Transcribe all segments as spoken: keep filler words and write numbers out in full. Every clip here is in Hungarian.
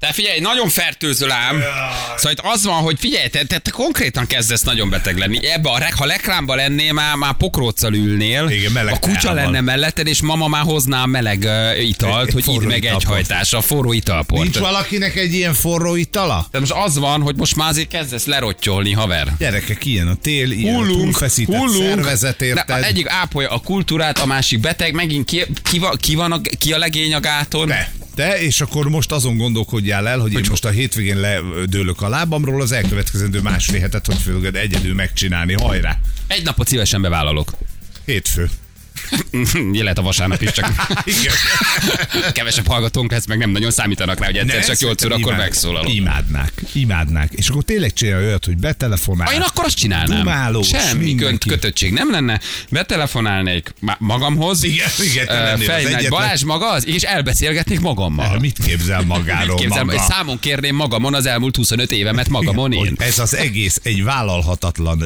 De figyelj, nagyon fertőzöl ám. Szóval itt az van, hogy figyelj, te, te, te konkrétan kezdesz nagyon beteg lenni. Ebbe a, ha lekrámba lennél, már, már pokróccal ülnél. Igen, meleg a kutya teával. lenne melletted, és mama már hozná a meleg uh, italt, Egy- hogy forró idd meg italport. egy hajtásra, forró italport. Nincs valakinek egy ilyen forró itala? Tehát most az van, hogy most már azért kezdesz lerottyolni, haver. Gyerekek, ilyen a tél, ilyen a Hullunk, túlfeszített hullunk. szervezet, De érted? egyik ápolja a kultúrát, a másik beteg, megint ki, ki, va, ki, van a, ki a legény a gáton? Te, te, és akkor most azon gondolkodjál el, hogy, hogy én most a hétvégén ledőlök a lábamról, az elkövetkezendő másfél hetet, hogy fogod egyedül megcsinálni, hajrá! Egy napot szívesen bevállalok. Hétfő. Lehet a vasárnap is, csak Igen. kevesebb hallgatónk lesz, meg nem nagyon számítanak rá, hogy egyszer Ne, csak nyolc óra, akkor imád- megszólalok. Imádnák, imádnák. És akkor tényleg csinálj olyat, hogy betelefonál. Ah, én akkor azt csinálnám. Dumálós, Semmi könt, mindenki. kötöttség nem lenne. Betelefonálnék má- magamhoz. Igen, igen, te Ö, lennél az Fejlődj, egyetlen. Balázs maga az, és elbeszélgetnék magammal. Mit képzel magáról Képzelem, maga? hogy számon kérném magamon az elmúlt huszonöt évemet magamon Hogy én. ez az egész egy vállalhatatlan.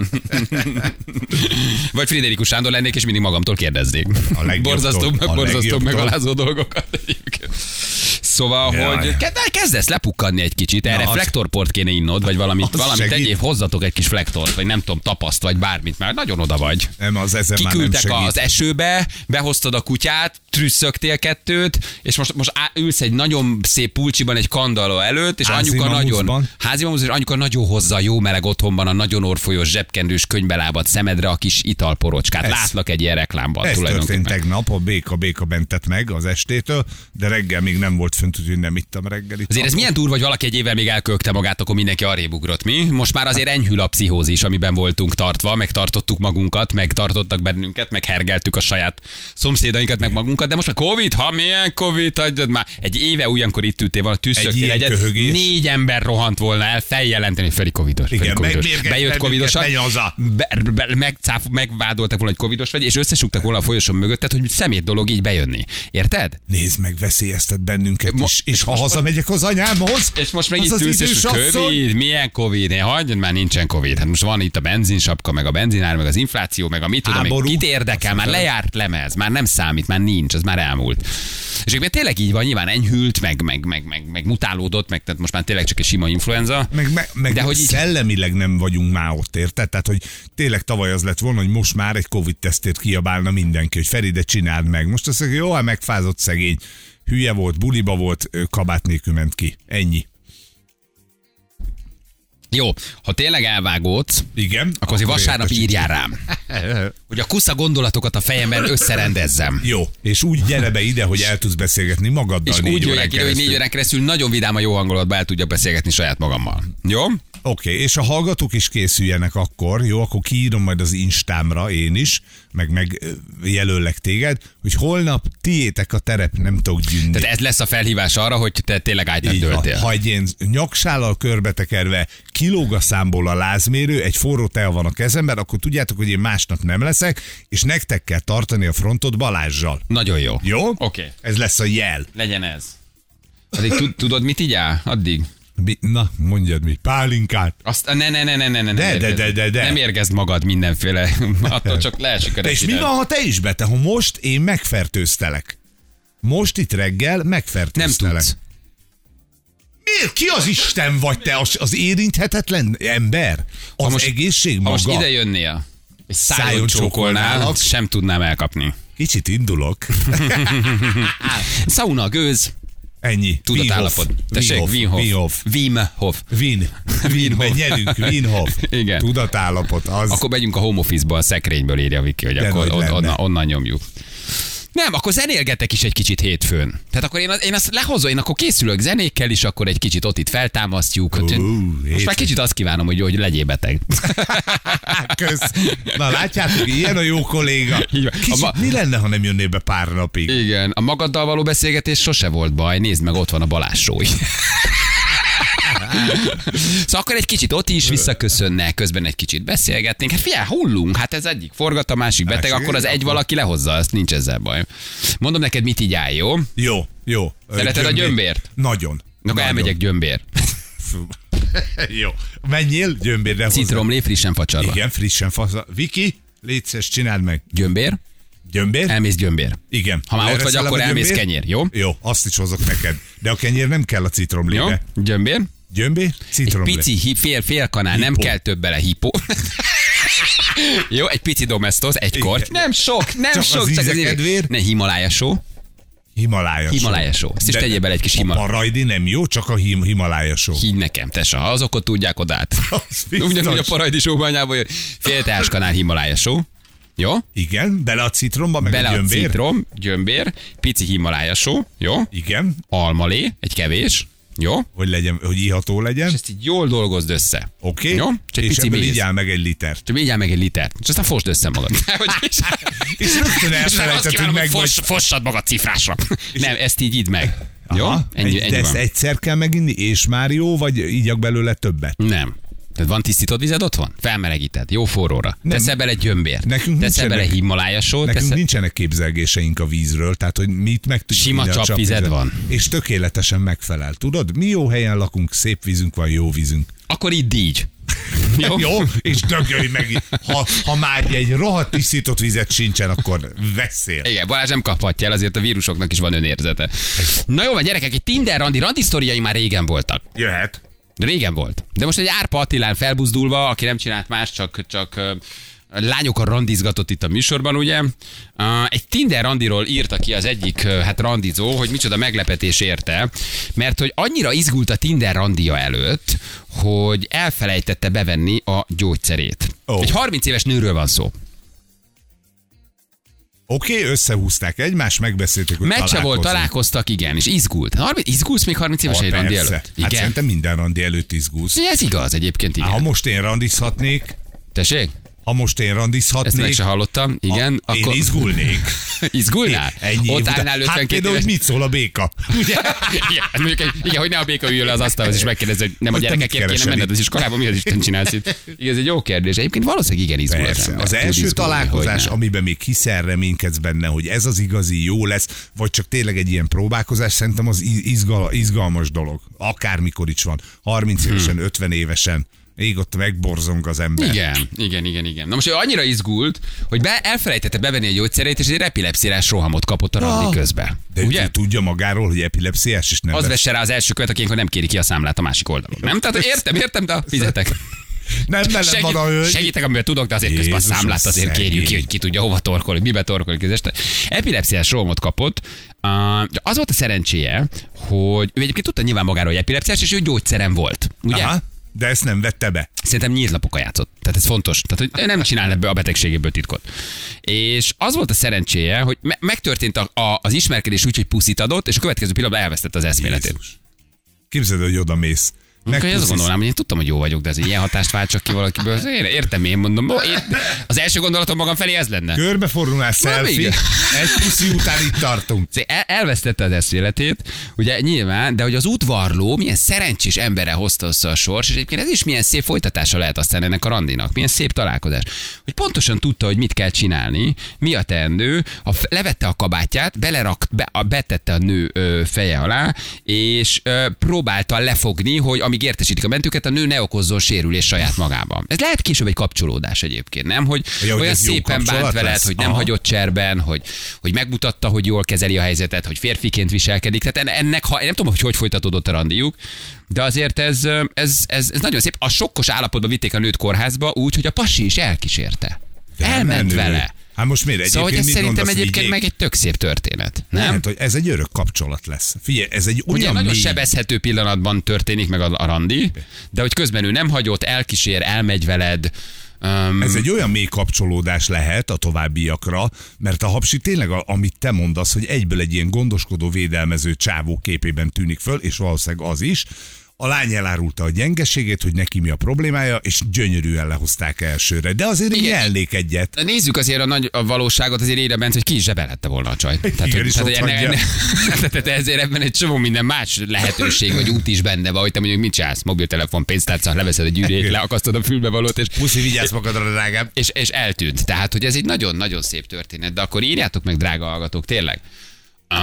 Vagy Friderikus Sándor lennék, és mindig magamtól kérdeznék. A legjobb Borzasztó, dolog, a borzasztó legjobb megalázó dolgokat. Szóval, Jaj. hogy ke- kezdesz lepukkadni egy kicsit, erre Na, az- flektorport kéne innod, vagy valamit, Az valamit segít. tegyél, hozzatok egy kis flektort, vagy nem tudom, tapaszt, vagy bármit, mert nagyon oda vagy. Nem, az ezen már nem Kiküldtek segít. az esőbe, behoztad a kutyát, trüsszögtél kettőt, és most, most á- ülsz egy nagyon szép pulcsiban egy kandalló előtt, és Házi anyuka mamuszban. nagyon, házi mamusz, és anyuka nagyon hozza a jó meleg otthonban a nagyon orfolyos zsebkendős könyvbelábat szemedre a kis italporocskát. Ez- Látlak egy ilyen reklámban Ez történt tulajdonképpen. tegnap, a béka béka bentett meg az estétől, de reggel még nem volt fönt, úgyhogy nem ittam reggelit. Azért ez milyen durva, hogy valaki egy évvel még elkölkte magát, akkor mindenki arrébb ugrott, mi? Most már azért enyhül a pszichózis, amiben voltunk tartva, meg tartottuk magunkat, meg tartottak bennünket, meg hergeltük a saját szomszédainkat, meg magunkat, de most már Covid, ha milyen Covid, hagyjad már. Egy éve ugyankor itt ültél volna, Egy tüsszögtél ilyen egyet, köhögés. négy ember rohant volna el feljelenteni, hogy Feri Covidos. Feri Igen, Covidos. megmérgeztek Bejött minket, Covidosan, menj haza. be, be, megcáf, megvádoltak volna, hogy Covidos vagy, és összesugtak volna a folyosón mögötted, hogy szemét dolog így bejönni. Érted? Nézd meg, veszélyeztet bennünket Mo- is, és ha hazamegyek az anyámhoz, És most meg az itt az ülsz, és idős hogy asszony. Covid, milyen Covid, ne hagyjad, már nincsen Covid. Hát most van itt a benzinsapka, meg a benzinár, meg az infláció, meg a mit tudom, Háború. meg kit érdekel, már lejárt lemez, már nem számít, már nincs, az már elmúlt. És egyébként tényleg így van, nyilván enyhült, meg, meg, meg, meg, meg mutálódott, meg tehát most már tényleg csak egy sima influenza. Meg, meg, meg De de hogy hogy így- szellemileg nem vagyunk már ott, érted? Tehát, hogy tényleg tavaly az lett volna, hogy most már egy Covid-tesztért kiabálna mindenki, hogy Feri, de csináld meg. Most azt mondja, jó, hát megfázott szegény. Hülye volt, buliba volt, ő kabát nélkül ment ki. Ennyi. Jó, ha tényleg elvágódsz, Igen. akkor azért vasárnap értesítsd. írjál rám, hogy a kusza gondolatokat a fejemben összerendezzem. Jó, és úgy gyere be ide, hogy el tudsz beszélgetni magaddal És négy úgy órán jöjjek ide, hogy keresztül. négy órán keresztül nagyon vidám a jó hangulatban el tudjak beszélgetni saját magammal. Jó? Oké, okay, és a hallgatók is készüljenek akkor, jó, akkor kiírom majd az Instámra én is, meg, meg ö, jelöllek téged, hogy holnap tiétek a terep, nem tudok gyűnni. Tehát ez lesz a felhívás arra, hogy te tényleg ágynak Így van. dőltél. Ha egy ilyen nyaksállal körbetekerve kilóg a számból a lázmérő, egy forró tea van a kezemben, akkor tudjátok, hogy én másnap nem leszek, és nektek kell tartani a frontot Balázssal. Nagyon jó. Jó? Oké. Okay. Ez lesz a jel. Legyen ez. Addig tud- tudod, mit így áll? Addig. Mi? Na, mondjad mi? Pálinkát? Azt, ne, ne, ne, ne, ne, ne, De, nem de, érgezd- de, de, de. Nem érgezd magad mindenféle, attól csak leesik a De és mi repiden. van, ha te is beteg? Ha most én megfertőztelek. Most itt reggel Nem megfertőztelek. tudsz. Miért? Ki az Isten vagy te? Az, az érinthetetlen ember? Az most- egészség Ha maga? most ide jönnél, és szájon Szájon csókolnál, csókolnálak. sem tudnám elkapni. Kicsit indulok. Sauna, gőz, Ennyi. tudatállapot. Tessék, Wim Wimhoff. Hof. Wim Hof. Win. Winben nyerünk. Winhoff. Igen. Tudatállapot. Az. Akkor megyünk a home office-ba, a szekrényből írja Viki, hogy De akkor nagy on, lenne. onnan, onnan nyomjuk. Nem, akkor zenélgetek is egy kicsit hétfőn. Tehát akkor én, az, én azt lehozom, én akkor készülök zenékkel is, akkor egy kicsit ott itt feltámasztjuk. Ú, Most hétfőn. már kicsit azt kívánom, hogy, hogy legyél beteg. Kösz. Na látjátok, ilyen a jó kolléga. Így van. Kicsit, A ma- mi lenne, ha nem jönnél be pár napig? Igen, a magaddal való beszélgetés sose volt baj. Nézd meg, ott van a Balázs show. Szóval akkor egy kicsit ott is visszaköszönnek, közben egy kicsit beszélgetnénk. Hát figyelj, hullunk, hát ez egyik forgat, a másik beteg, Másik, akkor az egy akkor- valaki lehozza, azt nincs ezzel baj. Mondom neked, mit így áll, jó? Jó, jó. Szereted a gyömbért? Nagyon. Na, Nagyon. elmegyek gyömbér. Fú. Jó. Menjél gyömbérre hozzá. Citromlé frissen facsarva. Igen, frissen fasz. Viki, légy szíves, csináld meg. Gyömbér, Gyömbér? Elmész gyömbér. Igen. Ha már ott vagy, akkor elmész kenyér, jó? Jó, azt is hozok neked. De a kenyér nem kell a citromlébe. Jó, gyömbér. Gyömbér? Citromlé. Egy pici, hi- fél, fél kanál, nem kell több bele, hipó. Jó, egy pici domestos, egy kort. Nem sok, nem Csak sok. az íze kedvéért? Ne, Himalája só. Himalája só. Himalája só. Ezt is tegyél bele egy kis A Himalája. parajdi nem jó, csak a him- Himalája só. Higgy nekem, tessa, ha azok ott tudják odát. Ugyanúgy a parajdi sóbányából jön. Fél teáskanál Himalája só. Jó? Igen, bele a citromba, meg Bele a a gyömbér. citrom, gyömbér, pici Himalája só, jó? Igen, Almalé, egy kevés, jó? hogy legyen, hogy iható legyen. És ezt így jól dolgozd össze. Oké, okay. Jó? Csak egy És pici ebből méz. így áll meg egy litert. Csak vigyál meg egy litert, és aztán fosd össze magad. és, És rögtön elfelejtett, hogy meg vagy. Fossad magad cifrásra. Nem, ezt így idd meg. Jó? Aha, Ennyi, egy, ennyi de ezt van. egyszer kell meginni, és már jó, vagy igyak belőle többet? Nem. Tehát van tisztított vized otthon? Felmelegíted, jó forróra. Nem. Teszel bele gyömbért. Teszel Teszel bele Himalája sót. Nekünk teszel... nincsenek képzelgéseink a vízről, tehát hogy mi itt meg tudjuk Sima inni a csapvized csapvizet. van. És tökéletesen megfelel. Tudod, mi jó helyen lakunk, szép vízünk van, jó vízünk. Akkor idd így. Jó? Jó, és dögölj meg. Ha, ha már egy rohadt tisztított vizet sincsen, akkor veszél. Igen, Balázs nem kaphatja el, azért a vírusoknak is van önérzete. Na jó van, gyerekek, egy Tinder randi, randi sztoriai már régen voltak. Jöhet. Régen volt. De most egy Árpa Attilán felbuzdulva, aki nem csinált más, csak, csak uh, lányokkal randizgatott itt a műsorban, ugye. Uh, egy Tinder randiról írta ki az egyik uh, hát randizó, hogy micsoda meglepetés érte, mert hogy annyira izgult a Tinder randia előtt, hogy elfelejtette bevenni a gyógyszerét. Oh. Egy harminc éves nőről van szó. Oké, okay, összehúzták egymást, megbeszélték, hogy Meccse volt, találkozunk. találkoztak, igen, és izgult. harminc, izgulsz még harminc éves Ha, egy randi persze. előtt? Hát Igen. szerintem minden randi előtt izgulsz. Ez igaz egyébként, igen. Ha most én randizhatnék, Tessék? ha most én Ezt meg randizhatnék, se hallottam, igen. a, akkor... én izgulnék. Izgulnál? Ennyi év Ott után. állnál Hát ötvenkét például, éves. hogy mit szól a béka. Ugye? Igen, hát mondjuk, hogy- igen, hogy ne a béka üljön le az asztalhoz, és megkérdezi, hogy nem a Hogy te mit gyerekekért kéne keresel menned itt? az iskolába, mi az Isten csinálsz itt? Igen, ez egy jó kérdés. Egyébként valószínűleg igen izgul az Persze. ember. Az Tud első izgulni, találkozás, hogy ne. amiben még hiszel, reménykedsz benne, hogy ez az igazi, jó lesz, vagy csak tényleg egy ilyen próbálkozás, szerintem az izgal, izgalmas dolog. Akármikor is van. harminc évesen, ötven évesen. Ég ott megborzong az ember. Igen, igen, igen, igen. Na most ő annyira izgult, hogy be, elfelejtette bevenni a gyógyszerét, és egy epilepsziás rohamot kapott a randi Ah. közbe. De Ugye? ő tudja magáról, hogy epilepsziás, és nem Az vesz. vesse rá az első követ, aki ilyenkor nem kéri ki a számlát a másik oldalon. Nem? Tehát értem, értem, de fizetek. Nem velem van a hölgy. Segítek, amivel tudok, de azért közben a Jézusom, számlát azért kérjük ki, szegény. hogy ki tudja hova torkolni, mibe torkolik az este. Epilepsziás rohamot kapott. Uh, az volt a szerencséje, hogy ő egyébként tudta nyilván magáról, hogy epilepsziás, és ő gyógyszerem volt. Ugye? Aha, de ezt nem vette be. Szerintem nyílt lapokkal játszott. Tehát ez fontos. Tehát, hogy nem csinál ebből a betegségéből titkot. És az volt a szerencséje, hogy me- megtörtént a, a, az ismerkedés úgy, hogy puszit adott, és a következő pillanatban elvesztette az eszméletét. Jézus. Képzeld, hogy oda mész. Akkor azt gondolnám, hogy én tudtam, hogy jó vagyok, de ez ilyen hatást vált csak ki valakiből. Én értem, én mondom. Én, az első gondolatom magam felé ez lenne. Körbefordulnál, selfie, igen. egy puszi után itt tartunk. El, elvesztette az eszméletét, ugye nyilván, de hogy az udvarló milyen szerencsés emberre hozta össze a sors, és egyébként ez is milyen szép folytatása lehet aztán ennek a randinak, milyen szép találkozás. Hogy pontosan tudta, hogy mit kell csinálni, mi a teendő, a, levette a kabátját, belerak, be, a, betette a nő ö, feje alá, és ö, próbálta lefogni, hogy amíg értesítik a mentőket, a nő ne okozzon sérülés saját magában. Ez lehet később egy kapcsolódás egyébként, nem? Hogy Ja, hogy olyan ez jó szépen bánt kapcsolat veled, lesz? hogy nem Aha. hagyott cserben, hogy, hogy megmutatta, hogy jól kezeli a helyzetet, hogy férfiként viselkedik. Tehát ennek, ha, én nem tudom, hogy hogy folytatódott a randiuk, de azért ez, ez, ez, ez nagyon szép. A sokkos állapotban vitték a nőt kórházba úgy, hogy a pasi is elkísérte. De Elment menő. vele. Hát most miért? Szóval, hogy ez mit szerintem mondasz, egyébként vigyék? meg egy tök szép történet. Nem? Lehet, hogy ez egy örök kapcsolat lesz. Figyelj, ez egy Ugye olyan nagyon mély... sebezhető pillanatban történik meg a, a randi, de hogy közben ő nem hagyott, elkísér, elmegy veled. Um, Ez egy olyan mély kapcsolódás lehet a továbbiakra, mert a hapsi tényleg, a, amit te mondasz, hogy egyből egy ilyen gondoskodó, védelmező csávó képében tűnik föl, és valószínűleg az is. A lány elárulta a gyengeségét, hogy neki mi a problémája, és gyönyörűen lehozták elsőre. De azért így elnék egyet. Nézzük azért a nagy a valóságot, azért ére bent, hogy ki is zsebelhette volna a csaj. Tehát, Igen, hogy, és tehát, hogy ott enne, hagyja. enne, tehát ezért ebben egy csomó minden más lehetőség, vagy út is benne van, hogy te mondjuk mit csinálsz, mobiltelefon, pénztárca, leveszed a gyűrűt, leakasztod a fülbevalót, és Puszi, vigyázz magadra, drágám. és, és eltűnt. Tehát, hogy ez egy nagyon-nagyon szép történet, de akkor írjátok meg, drága hallgatók, tényleg. Uh,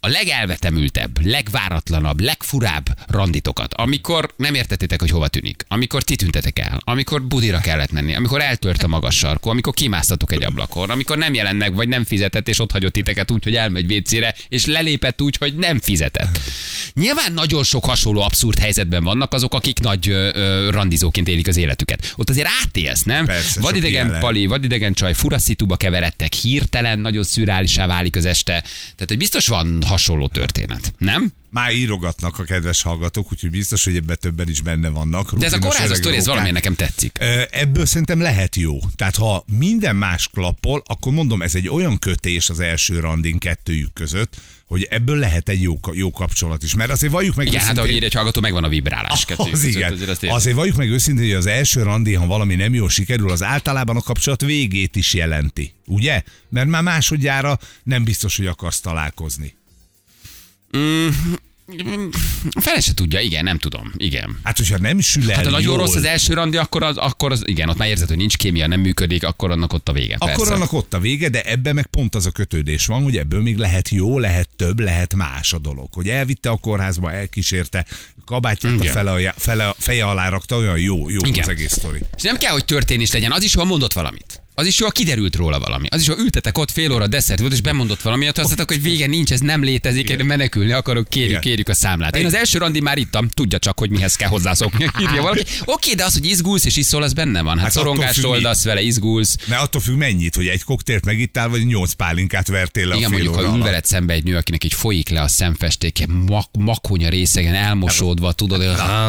a legelvetemültebb, legváratlanabb, legfurább randitokat, amikor nem értettétek, hogy hova tűnik, amikor ti tüntetek el, amikor budira kellett menni, amikor eltört a magas sarkó, amikor kimásztatok egy ablakon, amikor nem jelent meg, vagy nem fizetett, és ott hagyott titeket úgy, hogy elmegy vécére, és lelépett úgy, hogy nem fizetett. Nyilván nagyon sok hasonló abszurd helyzetben vannak azok, akik nagy ö, ö, randizóként élik az életüket. Ott azért átélsz, nem? Persze, vadidegen pali, vadidegen csaj, furaszituba keveredtek, hirtelen, nagyon szürreálisá válik az este. Tehát, hogy biztos van hasonló történet, nem? Már írogatnak a kedves hallgatók, úgyhogy biztos, hogy ebben többen is benne vannak. De ez a kórházas sztori, ez valamiért nekem tetszik. Ebből szerintem lehet jó. Tehát ha minden más klappol, akkor mondom, ez egy olyan kötés az első randin kettőjük között, hogy ebből lehet egy jó, jó kapcsolat is. Mert azért valljuk meg... Igen, őszintén, hát ahogy írja egy hallgató, megvan a vibrálás. Az, az igen. Azért, azért valljuk meg őszintén, hogy az első randi, ha valami nem jól sikerül, az általában a kapcsolat végét is jelenti. Ugye? Mert már másodjára nem biztos, hogy akarsz találkozni. Mm. Fele se tudja, igen, nem tudom, igen. Hát, hogyha nem sül el Hát, ha nagyon jól, rossz az első randi, akkor az, akkor az, igen, ott már érzed, hogy nincs kémia, nem működik, akkor annak ott a vége. Akkor persze. annak ott a vége, de ebben meg pont az a kötődés van, hogy ebből még lehet jó, lehet több, lehet más a dolog. Hogy elvitte a kórházba, elkísérte, kabátját a fele, fele, feje alá rakta, olyan jó, jó igen. Az egész sztori. És nem kell, hogy történés legyen, az is, ha mondott valamit. Az is jó, ha kiderült róla valami. Az is, ha ültetek ott fél óra desszert volt, és bemondott valami, azt mondták, hogy vége nincs, ez nem létezik, én menekülni akarok, kérjük, kérjük a számlát. Én az első randi már ittam, tudja csak, hogy mihez kell hozzászokni. Írja valaki. Oké, de az, hogy izgulsz és iszol, az benne van. Hát, hát szorongást oldasz vele, izgulsz. Mert attól függ mennyit, hogy egy koktélt megittál, vagy nyolc pálinkát vertél le. Igen, a fél mondjuk, ha ül veled szembe egy nő, akinek így folyik le a szemfestéke, mak- makonya részegen elmosódva, tudod,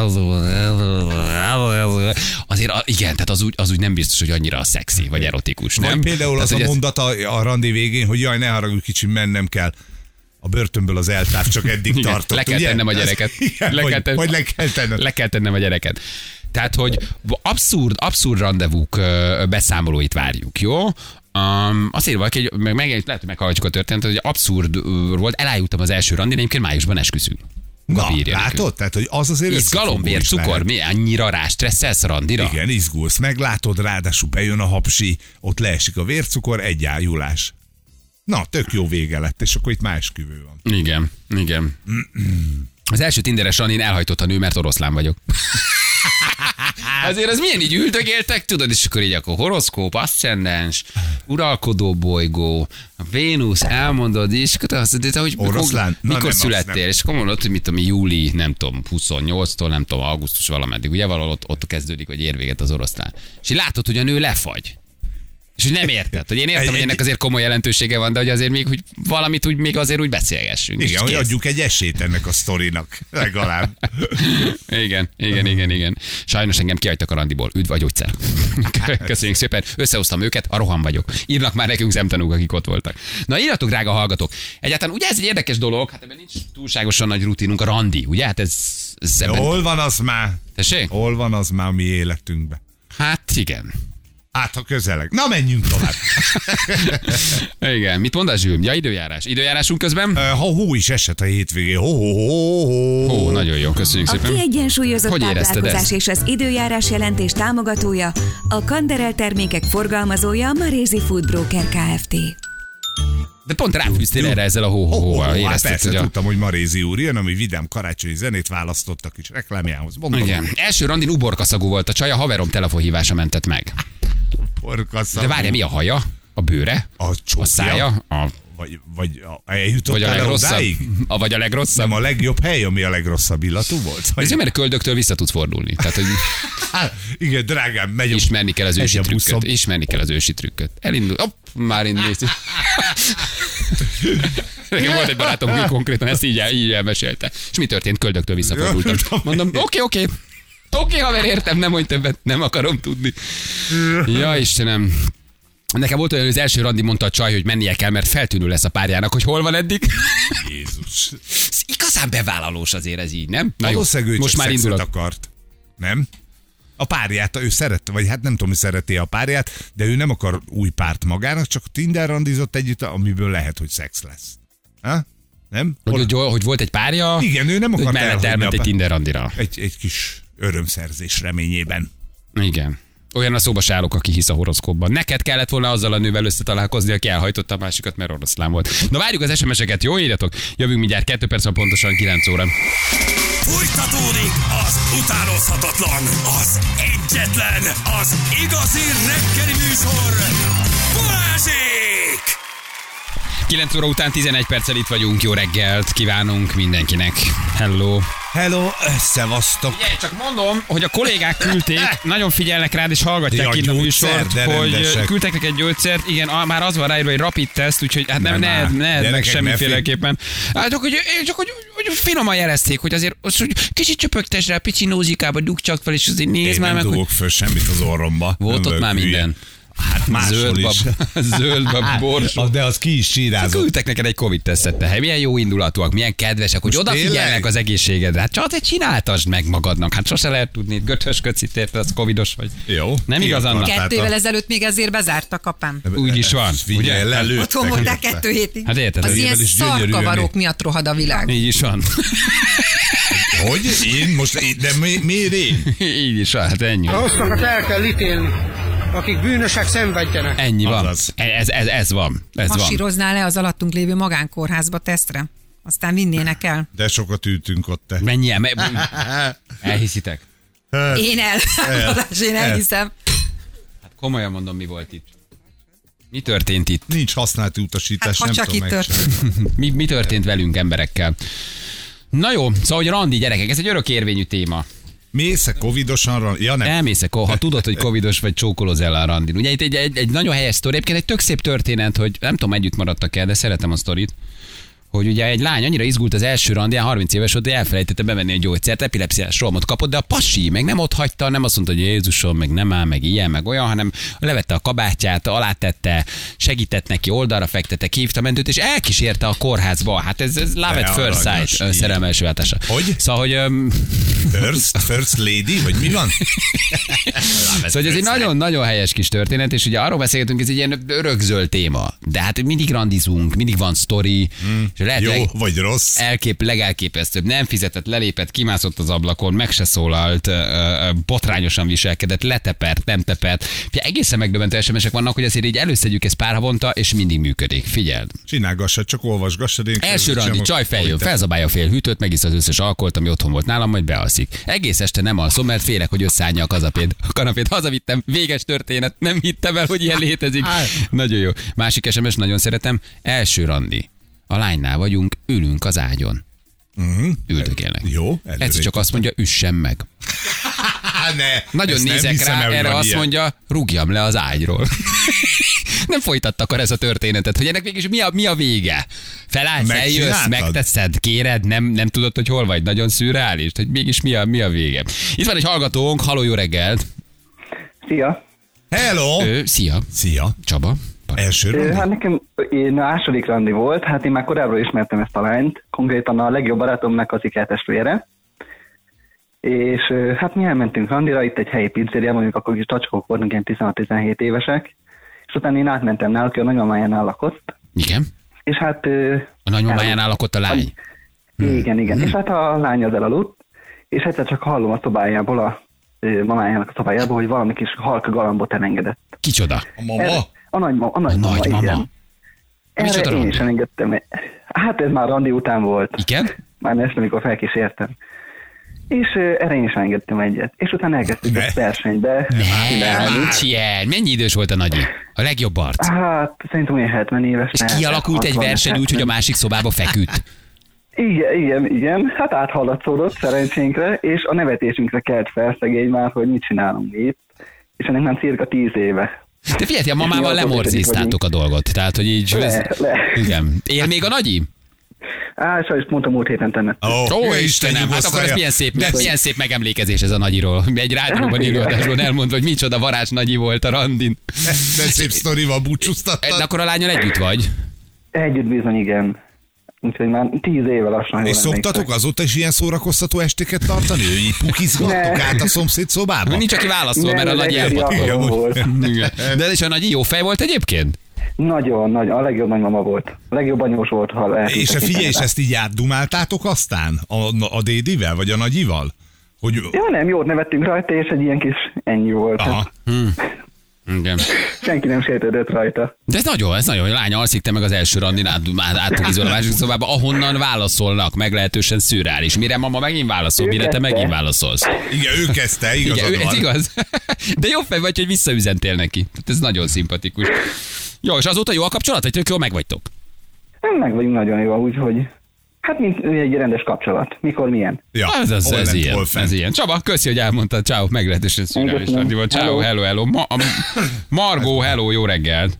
azért igen, tehát az úgy, az úgy nem biztos, hogy annyira szexi vagy erotikus, nem? Vagy például az a mondat a, a randi végén, hogy jaj, ne haragudj, kicsim, mennem kell. A börtönből az eltáv csak eddig igen, tartott. le kell ugye? tennem a gyereket. Igen, le vagy, kell tennem, vagy le kell tennem. Le kell tennem a gyereket. Tehát, hogy abszurd, abszurd rendezvúk beszámolóit várjuk, jó? Um, azért valaki, meg, meg lehet, hogy meghallgatjuk a történetet, hogy abszurd volt, elájultam az első randin, egyébként májusban esküszünk. Na, látod? Tehát, hogy az azért izgalom, vér, cukor, mi annyira rá stresszelsz a randira? Igen, izgulsz, meglátod, ráadásul bejön a hapsi, ott leesik a vércukor, egy ájulás. Na, tök jó vége lett, és akkor itt már esküvő van. Igen, igen. Az első tinderes randin elhajtott a nő, mert oroszlán vagyok. Azért az milyen így üldögéltek, tudod, és akkor így akkor horoszkóp, aszcendens, uralkodó bolygó, a Vénusz, elmondod, és akkor azt mondod, hogy oroszlán? mikor, mikor Na, születtél, és akkor mondod, hogy mit tudom, júli, nem tudom, huszonnyolctól, nem tudom, augusztus valameddig, ugye valahol ott, ott kezdődik, hogy ér véget az oroszlán. És így látod, hogy a nő lefagy. És hogy nem érted, hogy én értem, egy, hogy ennek azért komoly jelentősége van, de hogy azért még hogy valamit úgy, még azért úgy beszélgessünk. Igen, hogy adjuk egy esélyt ennek a sztorinak, legalább. igen, igen, igen, igen. Sajnos engem kihagytak a randiból. Üdv a gyógyszer. Köszönjük szépen. Összehoztam őket, a rohan vagyok. Írnak már nekünk szemtanúk, akik ott voltak. Na írjatok, drága hallgatók. Egyáltalán ugye ez egy érdekes dolog, hát ebben nincs túlságosan nagy rutinunk a randi, ugye? Hát ez, ez ebben... Hol van az már? Tessék? Hol van az már a mi életünkben? Hát igen. Hát, ha közeleg. Na, menjünk tovább. Igen. Mit mondasz, Zsül? Ja, időjárás. Időjárásunk közben? Uh, ha hó is esett a hétvégén. Hó, hó, hó, hó. Hó, nagyon jó. Köszönjük a szépen. A kiegyensúlyozott Hogy táplálkozás és az időjárás jelentés támogatója, a Kanderel termékek forgalmazója, a Marézi Food Broker Kft. De pont ráfűztél erre ezzel a hó-hó-hóval. Hát Érezted, persze, hogy a... tudtam, hogy Marézi úr jön, ami vidám karácsonyi zenét választottak is reklámjához. Mondom, igen. Első randin uborkaszagú volt a csaj, a haverom telefonhívása mentett meg. Uborkaszagú. De várja, mi a haja? A bőre? A csókja? A szája? A... Vagy, vagy a, eljutott vagy a legrosszabb? odáig? A, vagy a legrosszabb? Nem a legjobb hely, ami a legrosszabb illatú volt? Ez mert köldöktől vissza tudsz fordulni. Tehát, hogy hát, igen, drágám, megy a... Ismerni kell az ősi trükköt. buszom. Ismerni kell az ősi trükköt. Elindul. Hopp, már indul. Nekem volt egy barátom, aki konkrétan ezt így, el, így elmesélte. És mi történt? Köldöktől visszafordultam. Mondom, oké, oké. Oké, haver, értem, nem mondj többet. Nem akarom tudni. Ja, Istenem. Nekem volt olyan, hogy az első randi mondta a csaj, hogy mennie kell, mert feltűnő lesz a párjának, hogy hol van eddig. Jézus. Ez igazán bevállalós azért ez így, nem? Na valószínűleg ő most csak már indulok. akart. Nem? A párját, ő szerette, vagy hát nem tudom, hogy szereti a párját, de ő nem akar új párt magának, csak Tinder randizott együtt, amiből lehet, hogy szex lesz. Ha? Nem? Hogy, hogy, hogy volt egy párja, igen, ő nem akart mellett elment egy a... Tinder randira. Egy, egy kis örömszerzés reményében. Igen. Olyan a szóba se állok, aki hisz a horoszkópban. Neked kellett volna azzal a nővel összetalálkozni, aki elhajtotta a másikat, mert oroszlán volt. Na várjuk az es em es-eket, jó írjatok? Jövünk mindjárt kettő perc van pontosan kilenc óra. Folytatódik az utánozhatatlan, az egyetlen, az igazi reggeli műsor, Balázsék! kilenc óra után tizenegy perccel itt vagyunk, jó reggelt kívánunk mindenkinek. Hello! Hello, szevasztok. Ugye, csak mondom, hogy a kollégák küldték, nagyon figyelnek rád és hallgatják Ja, itt a gyógyszer, műsort, de hogy rendesek. küldtek neked egy gyógyszert, igen, a- már az van ráírva, hogy rapid teszt, úgyhogy hát nem, Nem ne, áll. ne, ne meg Gyerekek, semmiféleképpen. Hát csak, hogy, csak hogy, hogy finoman jelezték, hogy azért az, hogy kicsit csöpögtes rá, pici nózikába dug csak fel, és azért nézd Én már nem meg, hogy dugok föl semmit az orromba. volt Nem ott vagyok már hülye. minden. Hát máshol Zöld is. bab, zöld bab, borsó. Ah, de az ki is sírázott. Küldtek neked egy Covid tesztet, te milyen jó indulatúak, milyen kedvesek, hogy Most odafigyelnek tényleg? az egészségedre. Hát csak te csináltasd meg magadnak. Hát sose lehet tudni, göthösködsz, érted, az covidos vagy. Jó. Nem Ki igaz, Anna? akartál? Kettővel ezelőtt még ezért bezártak, apám. Úgy is van, Figyelj, ugye? lelőttek. Otthon voltál kettő hétig. Hát érted, Az ez ilyen évvel is gyönyörűen szarkavarok miatt rohad a világ. Így is van. Hogy? Én most, én- de mi, miért én? Így is van, hát ennyi. A rosszakat el kell ítélni, akik bűnösek szenvedjenek. Ennyi van. Azaz. Ez, ez, ez van. Ez van. Masíroznál le az alattunk lévő magánkórházba tesztre? Aztán vinnének el. De sokat ültünk ott te. Mennyi el? Me- Elhiszitek? Én el. Balázs, én elhiszem. Hát komolyan mondom, mi volt itt. Mi történt itt? Nincs használati utasítás, Hát, ha nem csak tudom itt meg. történt. Mi, mi történt velünk emberekkel? Na jó, szóval, hogy randi gyerekek, ez egy örökérvényű téma. Mész-e covidosan? ra- Ja nem. Elmész, ha tudod, hogy covidos vagy, csókolóz el a randin. Ugye itt egy, egy, egy nagyon helyes sztori, egyébként egy tök szép történet, hogy nem tudom, együtt maradtak el, de szeretem a sztorit, hogy ugye egy lány annyira izgult az első randján, harminc éves volt, hogy elfelejtette bevenni egy gyógyszert, epilepsziás rohamot kapott, de a pasi meg nem ott hagyta, nem azt mondta, hogy Jézusom, meg nem áll, meg ilyen, meg olyan, hanem levette a kabátját, alátette, segített neki, oldalra fektette, hívta a mentőt, és elkísérte a kórházba. Hát ez, ez love at De first aranyos, sight, így. szerelem első látása. Hogy? Szóval, hogy öm, First, first lady? Vagy mi van? Szóval ez egy nagyon-nagyon helyes kis történet, és ugye arról beszélgetünk, ez egy ilyen örökzöld téma. De hát mindig randizunk, mindig van sztori, mm, és lehet Jó, leg, vagy rossz? elkép, legelképesztőbb. Nem fizetett, lelépett, kimászott az ablakon, meg se szólalt, ö, ö, botrányosan viselkedett, letepert, nem tepert. Ugye egészen megdöbbentő es em es-ek vannak, hogy azért így előszedjük ezt pár havonta, és mindig működik. Figyeld. Csinálgassad, csak olvasgassad. Én Első randi, csinálom, csaj feljön, hogy te- felzabálja a fél hűtőt, megisz az összes alkoholt, ami otthon volt nálam, majd bealszik. Egész este nem alszom, mert félek, hogy összeállja a kanapét. A kanapét hazavittem, véges történet, nem hittem el, hogy ilyen létezik. Nagyon jó. Másik es em es, nagyon szeretem. Első randi. A lánynál vagyunk, ülünk az ágyon. Mhm. Üldögélnek. Jó, előre Egyszer csak azt mondja, üssem meg. Á, ne, Nagyon ezt nem nézek hiszem rá, el, hogy erre van azt ilyen. mondja, rúgjam le az ágyról. Nem folytattak akkor ez a történetet, hogy ennek mégis mi a, mi a vége? Felállsz, eljössz, Megcsináltad? megteszed, kéred, nem, nem tudod, hogy hol vagy, nagyon szürreális, hogy mégis mi a, mi a vége. Itt van egy hallgatónk, haló, jó reggelt. Szia! Hello! Ö, szia, Szia! Csaba. Első Ö, randi? Hát nekem én a második randi volt, hát én már korábban ismertem ezt a lányt, konkrétan a legjobb barátomnak az ikertestvére. És ö, hát mi elmentünk randira, itt egy helyi pizzéria, mondjuk akkor is csacskók voltunk, ilyen tizenhat-tizenhét évesek, és utána én átmentem náluk, ő a nagymamájánál lakott, Igen? és hát... ö, A nagymamájánál lakott a lány. Igen, igen. És hát a lány az elaludt, és egyszer csak hallom a szobájából, a ö, mamájának a szobájából, hogy valami kis halka galambot elengedett. Kicsoda? A mama? Erre- A nagymama, a nagymama, nagymama? igen. Micsoda Erre én randi? is elengedtem. Hát ez már randi után volt. Igen? Már ezt, amikor felkísértem. És ö, erre én is elengedtem egyet. És utána elkezdtük Ne. ezt versenybe Ne, csinálni. nincs ilyen. Mennyi idős volt a nagyi? A legjobb arc. Hát szerintem olyan hetven éves. És lehet, kialakult egy hatvan, verseny úgy, hogy a hetven. másik szobába feküdt. Igen, igen, igen. Hát áthallatszódott szerencsénkre, és a nevetésünkre kelt fel szegény már, hogy mit csinálunk itt. És ennek már cirka tíz éve. De figyelj, a mamával mi az, hogy lemorziztátok a dolgot. Tehát, hogy így... Le, le. Igen. Él még a nagyi? Á, sajnos pont a múlt héten temettem. Ó, Ó, Isten Istenem, hát akkor ez nyugosztalja. milyen szép, De- milyen szép megemlékezés ez a nagyiról. Egy rádióban Hát, élőadásban elmondva, hogy micsoda varázs nagyi volt a randin. De szép sztorival De búcsúztattad. akkor a lányon együtt vagy? Együtt bizony, igen. Úgyhogy már tíz éve lassan. És jól szoktatok emlékszem. azóta is ilyen szórakoztató estéket tartani? Ő így pukizgattok Ne. át a szomszéd szobába? Nincs, aki válaszol, Nem, mert a ez nagy egyszerű elpatkol. alkalom volt. Igen. De és a nagyi jó fej volt egyébként? Nagyon, nagyon. A legjobb nagymama volt. A legjobb anyós volt, ha lehet. És figyelj, és ezt így átdumáltátok aztán? A, a dédivel, vagy a nagyival? Hogy... Ja, nem, jót nevettünk rajta, és egy ilyen kis ennyi volt. Aha. Hmm. Igen. Senki nem sértődött rajta. De ez nagyon, ez nagyon, lány alszik, te meg az első randin át, át, átpogizol a másik szobába, ahonnan válaszolnak, meglehetősen szürreális. Mire mama megint válaszol, Ő mire te kezdte. megint válaszolsz. Igen, ő kezdte, igazad Igen, ő- van. ez igaz. De jó fej vagy, hogy visszaüzentél neki. Tehát ez nagyon szimpatikus. Jó, és azóta jó a kapcsolat, vagy tök jól megvagytok? Meg vagyunk nagyon jó, úgyhogy hát mint egy rendes kapcsolat. Mikor, milyen? Ja, Ez, ez, hol ez, lent, ilyen, hol fent. ez ilyen. Csaba, köszi, hogy elmondtad. Ciao, meglehetősen szürreális Köszönöm. randi volt. Ciao, Hello. hello, hello. Ma, a, Margó, hello, jó reggelt.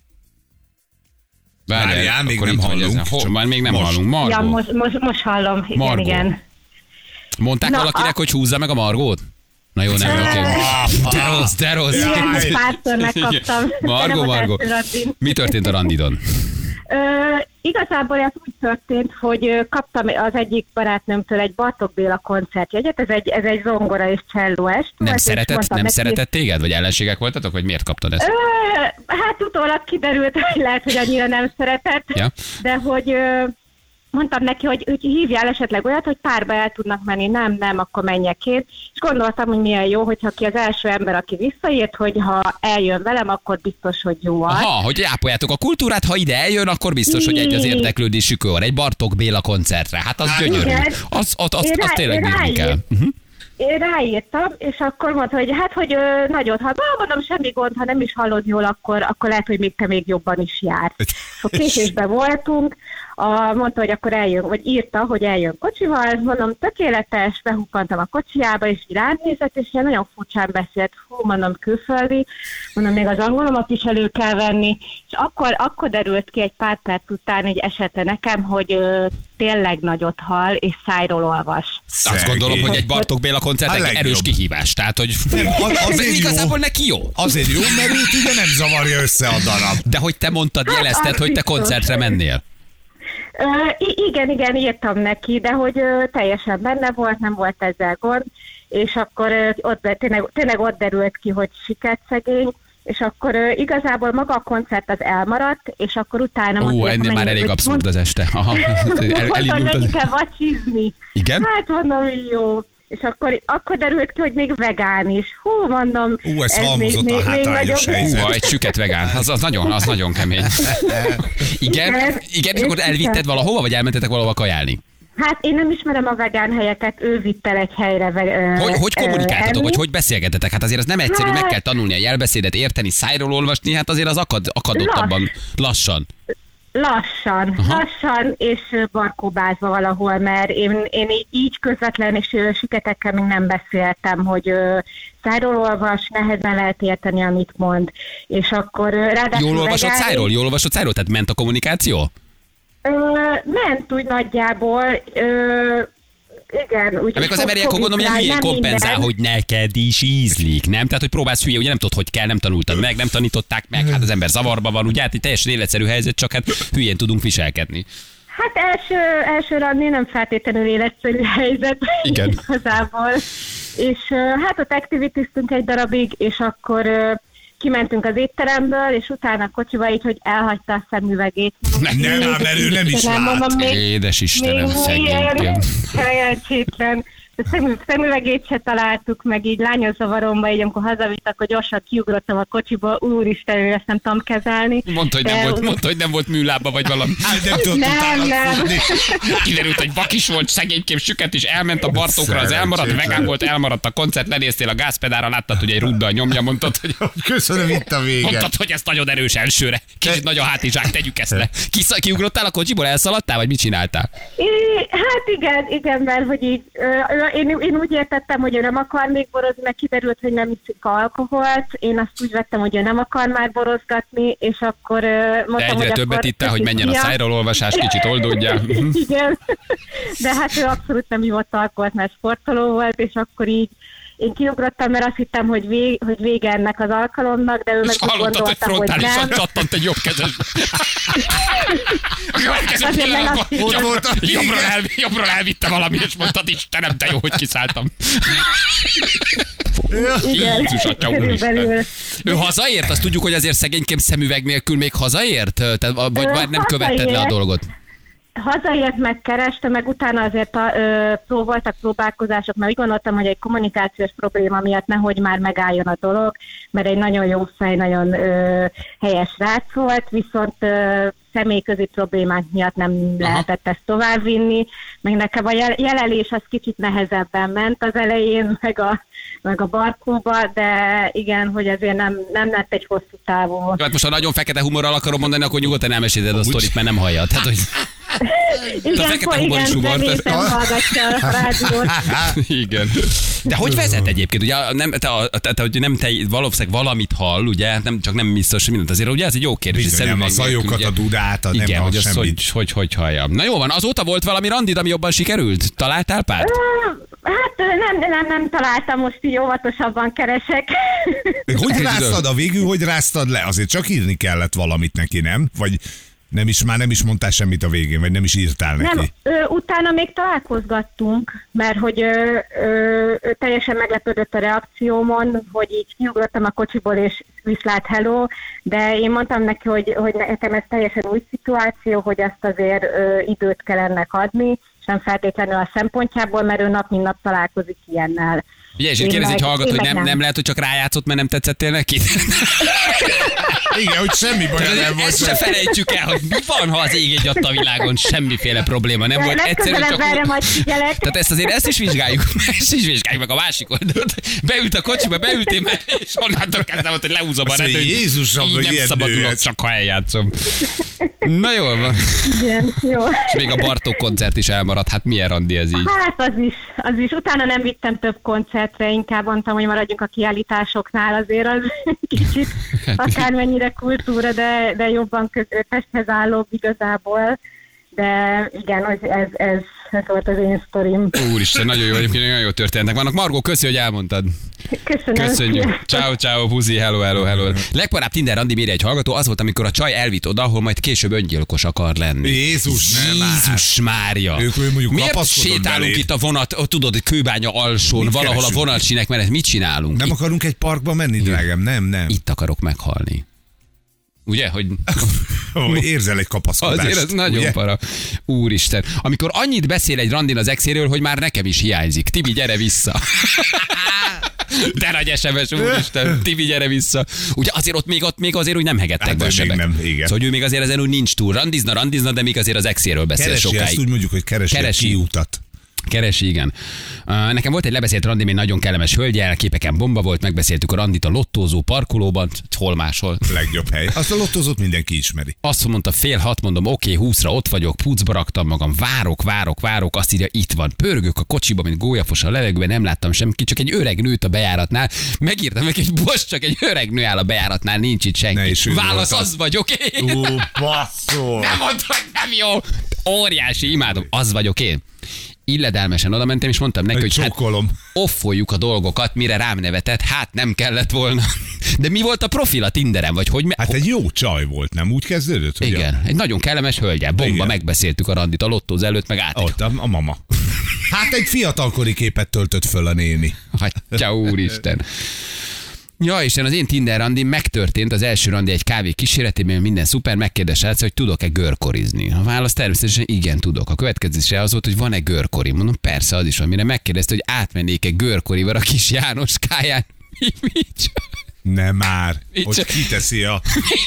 Várjál, még akkor nem itt vagy hallunk. ezen. Hol? Már még nem Most. hallunk. Margó. Ja, most, most, most hallom. Igen, Margó. igen. Mondták Na, valakinek, a- hogy húzza meg a Margót? Na jó, nem, oké. De rossz, de rossz. Igen, most párszor megkaptam. Margó, Nem az Margó. első randin. Mi történt a randidon? Ö, igazából ez úgy történt, hogy ö, kaptam az egyik barátnőmtől egy Bartók Béla koncertjegyet, ez egy, ez egy zongora és cselló est. Nem volt, és szeretett, mondtam nem neki- szeretett téged? Vagy ellenségek voltatok? Vagy miért kaptad ezt? Ö, hát utólag kiderült, hogy lehet, hogy annyira nem szeretett, Ja. de hogy ö, mondtam neki, hogy, hogy hívjál esetleg olyat, hogy párba el tudnak menni, nem, nem, akkor menjek én. És gondoltam, hogy milyen jó, hogyha ki az első ember, aki visszaírt, hogy ha eljön velem, akkor biztos, hogy jó az. Aha, hogy ápoljátok a kultúrát, ha ide eljön, akkor biztos, hogy egy az érdeklődésük van. Egy Bartók Béla koncertre. Hát az gyönyörű. Igen. Az, az, az, Én az rá- tényleg én bírni kell. ráírt- Uh-huh. Én ráírtam, és akkor mondta, hogy hát, hogy ö, nagyot hall. Na, mondom, semmi gond, ha nem is hallod jól, akkor, akkor lehet, hogy még te még jobban is jár. Akkor késésben voltunk, a, mondta, hogy akkor eljön, vagy írta, hogy eljön kocsival, mondom, tökéletes, behukkantam a kocsiába, és így rám nézett, és ilyen nagyon furcsán beszélt, hú, mondom, külföldi, mondom, még az angolomat is elő kell venni, és akkor, akkor derült ki egy pár perc után egy esete nekem, hogy ö, tényleg nagyot hall, és szájról olvas. Azt gondolom, hogy egy Bartók Béla koncert A egy legjobb. erős kihívás. Tehát, hogy Nem, az- azért igazából jó. neki jó. Azért jó, mert őt ugye nem zavarja össze a darab. De hogy te mondtad, Hát, jelezted, az hogy te biztos. koncertre mennél. Ö, i- igen, igen, írtam neki, de hogy ö, teljesen benne volt, nem volt ezzel gond, és akkor ö, ott, tényleg, tényleg ott derült ki, hogy siket szegény, és akkor ö, igazából maga a koncert az elmaradt, és akkor utána... Ó, mondta, ennél hogy már elég hogy abszurd az este. Aha. El, mondtam, elindult hogy az... kell vacsizni. Igen? Hát mondom, jó. És akkor, akkor derült ki, hogy még vegán is. Hú, mondom. Ú, ez még- halmozott a még- még hátrányos nagyobb- helyzet. Hú, egy süket vegán, az, az, nagyon, az nagyon kemény. Igen, Igen, igen, és akkor elvitted valahova, vagy elmentetek valahova kajálni? Hát én nem ismerem a vegán helyeket, ő vitt el egy helyre. Ve- Hogy, hogy ö, kommunikáltatok, enni. vagy hogy beszélgetetek? Hát azért az nem egyszerű, meg Hát- kell tanulni a jelbeszédet, érteni, szájról olvasni, hát azért az akad, akadottabban, lassan. Lassan, Aha. lassan, és ö, barkóbázva valahol, mert én, én így- így közvetlen és ö, siketekkel még nem beszéltem, hogy ö, szájról olvas, nehezen lehet érteni, amit mond. És akkor ö, ráadásul Jól olvasod vegán- szájról? Jól olvasod szájról? Tehát ment a kommunikáció? Ö, ment úgy nagyjából, ö, igen. Úgy, Amikor az ember ilyenkor gondolom, hogy hülyén kompenzál, hogy neked is ízlik, nem? Tehát, hogy próbálsz hülye, ugye nem tudod, hogy kell, nem tanultad meg, nem tanították meg, hát az ember zavarba van, ugye hát egy teljesen életszerű helyzet, csak hát hülyén tudunk viselkedni. Hát első, első randi nem feltétlenül életszerű helyzet. Igen. Igazából. És ö, hát ott activitiztünk egy darabig, és akkor ö, kimentünk az étteremből, és utána a kocsiba így, hogy elhagyta a szemüvegét. Nem, nem, ám, mert ő nem is Nem, lát. mondom, még, Édes Istenem, még szegénykém. ilyen szerencsétlen. A szemü, szemüvegét se találtuk, meg így lányos zavaromba, így amikor hazavitt, akkor gyorsan kiugrottam a kocsiba, úristen, ő ezt nem tudom kezelni. Mondta, hogy nem De- volt, mondta, hogy nem volt műlába, vagy valami. Hát nem tudott Nem, utána nem. futni. Kiderült, hogy vakis volt, szegénykém süket, és elment a Bartókra, az elmaradt, Szerencsétlen. vegán volt, elmaradt a koncert, lenéztél a gázpedára, láttad, hogy egy ruddal nyomja, mondtad, hogy Köszönöm, itt a vége. Mondtad, hogy ez nagyon erős elsőre. Kicsit nagy a hátizsák, tegyük ezt le. Kisz, kiugrottál a kocsiból, elszaladtál, vagy mit csináltál? É, hát igen, igen, mert hogy így, ö, ö, én, én úgy értettem, hogy ő nem akar még borozni, mert kiderült, hogy nem iszik alkoholt. Én azt úgy vettem, hogy ő nem akar már borozgatni, és akkor ö, mondtam, De egyre hogy többet akkor ittál, hogy menjen a Ja. szájról olvasás, kicsit oldódjál. Igen, de hát ő abszolút nem ivott alkoholt, mert sportoló volt, és akkor így én kiugrottam, mert azt hittem, hogy, vég, hogy vége ennek az alkalomnak, de ő meg És úgy hallottad, hogy gondolta, hogy frontálisan nem. csattant egy jobb kezes. A következő Azért pillanatban meg azt Ott volt a vége. jobbról, el, jobbról elvitte valami, és mondtad, Istenem, de jó, hogy kiszálltam. Igen, Jézus atya, úristen. körülbelül. Ő hazaért? Azt tudjuk, hogy azért szegénykém szemüveg nélkül még hazaért? Tehát, vagy Ö, már nem követted le a hazaért. dolgot? hazaért megkereste, meg utána azért a, ö, pró, voltak próbálkozások, mert úgy gondoltam, hogy egy kommunikációs probléma miatt nehogy már megálljon a dolog, mert egy nagyon jó fej, nagyon ö, helyes rác volt, viszont ö, személyközi problémák miatt nem Aha. lehetett ezt továbbvinni, meg nekem a jel- jelelés az kicsit nehezebben ment az elején, meg a, meg a barkóba, de igen, hogy ezért nem, nem lett egy hosszú távú. Hát most ha nagyon fekete humorral akarom mondani, akkor nyugodtan elmeséled a sztorit, mert nem hallja. Tehát, hogy... Igen, a fekete humor is humor. Igen, hallgatja a rádiót. Igen. De hogy vezet egyébként? Ugye nem, te, te, te, te, nem te valószínűleg valamit hall, ugye? Nem, csak nem biztos, hogy mindent. Azért ugye ez egy jó kérdés. Bizony, nem a zajokat, a dudát, a igen, nem hogy hall az semmit. hogy, hogy, hogy hallja. Na jó van, azóta volt valami randid, ami jobban sikerült? Találtál párt? Hát nem, nem, nem találtam, most így óvatosabban keresek. Hogy ráztad a végül, hogy ráztad le? Azért csak írni kellett valamit neki, nem? Vagy nem is, már nem is mondtál semmit a végén, vagy nem is írtál neki? Nem, ö, utána még találkozgattunk, mert hogy ö, ö, ö, teljesen meglepődött a reakciómon, hogy így kiugrottam a kocsiból, és viszlát hello, de én mondtam neki, hogy, hogy nekem ez teljesen új szituáció, hogy ezt azért ö, időt kell ennek adni, és nem feltétlenül a szempontjából, mert ő nap mint nap találkozik ilyennel. Ugye, és itt kérdezi egy hallgató, hogy nem, nem. nem lehet, hogy csak rájátszott, mert nem tetszettél neki? Igen, hogy semmi baj nem volt. Ezt se felejtsük el, hogy mi van, ha az ég egy adta a világon, semmiféle probléma nem volt. Egyszerűen csak... erre majd figyelek. Tehát ezt azért ezt is vizsgáljuk, ezt is vizsgáljuk meg a másik oldalt. Beült a kocsiba, beültél meg, és onnantól kezdtem, hogy lehúzom a redőnyt. Jézusom, hogy nem ilyen szabadulok, nőhet. csak ha eljátszom. Na jól van. Igen, jó. És még a Bartók koncert is elmaradt. Hát milyen randi ez így? Hát az is, az is. Utána nem vittem több koncertre, inkább mondtam, hogy maradjunk a kiállításoknál, azért az kicsit akármennyire kultúra, de, de jobban Pesthez állóbb igazából. De igen, ez, ez, ez volt az én sztorim. Úristen, nagyon jó, egyébként nagyon jó történetek vannak. Margó, köszi, hogy elmondtad. Köszönöm. Köszönjük. Ciao, ciao, puzi, hello, hello, hello. Legparább Tinder randi, mire egy hallgató, az volt, amikor a csaj elvitt oda, ahol majd később öngyilkos akar lenni. Jézus, nem már. Jézus Mária. Ők mondjuk miért kapaszkodod sétálunk beléd? itt a vonat, tudod, Kőbánya alsón, Mit valahol keresünk? a vonatsinek mellett, mit csinálunk? Nem itt, akarunk egy parkba menni, drágám? Nem, nem. itt akarok meghalni. Ugye, hogy... Ó, érzel egy kapaszkodást. Azért ez nagyon ugye? para. Úristen. Amikor annyit beszél egy randin az exéről, hogy már nekem is hiányzik. Tibi, gyere vissza. De nagy es em es, úristen. Tibi, gyere vissza. Ugye azért ott még, ott még azért úgy nem hegettek Hát, be a még sebek. nem, igen. Szóval hogy ő még azért ezen úgy nincs túl. Randizna, randizna, de még azért az exéről beszél Keresi, sokáig. ezt úgy mondjuk, hogy keresi, Keresi. egy kiutat. Keresi, igen. Uh, nekem volt egy lebeszélt randim, egy nagyon kellemes hölgyel, képeken bomba volt, megbeszéltük a randit a lottózó parkolóban, hol máshol. Legjobb hely. Azt a lottózót mindenki ismeri. Azt mondta fél hat, mondom, oké, húszra ott vagyok, pucba raktam magam, várok, várok, várok, azt írja, itt van. Pörgök a kocsiba, mint gólyafos a levegőben, nem láttam semmit, csak egy öreg nőt a bejáratnál. Megírtam meg egy boss, csak egy öreg nő áll a bejáratnál, nincs itt Ne senki. is ő Válasz, volt az. az vagyok én. Ó, basszol. Nem mondta, hogy nem jó. Óriási, imádom, az vagyok én. Illedelmesen oda mentem, és mondtam neki, Egy hogy hát csókolom. offoljuk a dolgokat, mire rám nevetett, hát nem kellett volna. De mi volt a profil a Tinderen, vagy hogy? Hát egy jó csaj volt, nem úgy kezdődött? Ugye? Igen, egy nagyon kellemes hölgyel. Bomba, Igen. megbeszéltük a randit a lottóz előtt, meg át. Ott a, a mama. Hát egy fiatalkori képet töltött föl a néni. Hatya úristen. Ja, Isten, az én Tinder randim megtörtént, az első randi egy kávé kíséretében, minden szuper, megkérdezte, hogy tudok-e görkorizni. A válasz természetesen igen, tudok. A következésre az volt, hogy van-e görkori. Mondom, persze, az is van. Mire megkérdezte, hogy átmennék-e görkorival a kis Jánoskáján. Mi, mi csak? Nem már, Mit hogy csak- kiteszi a...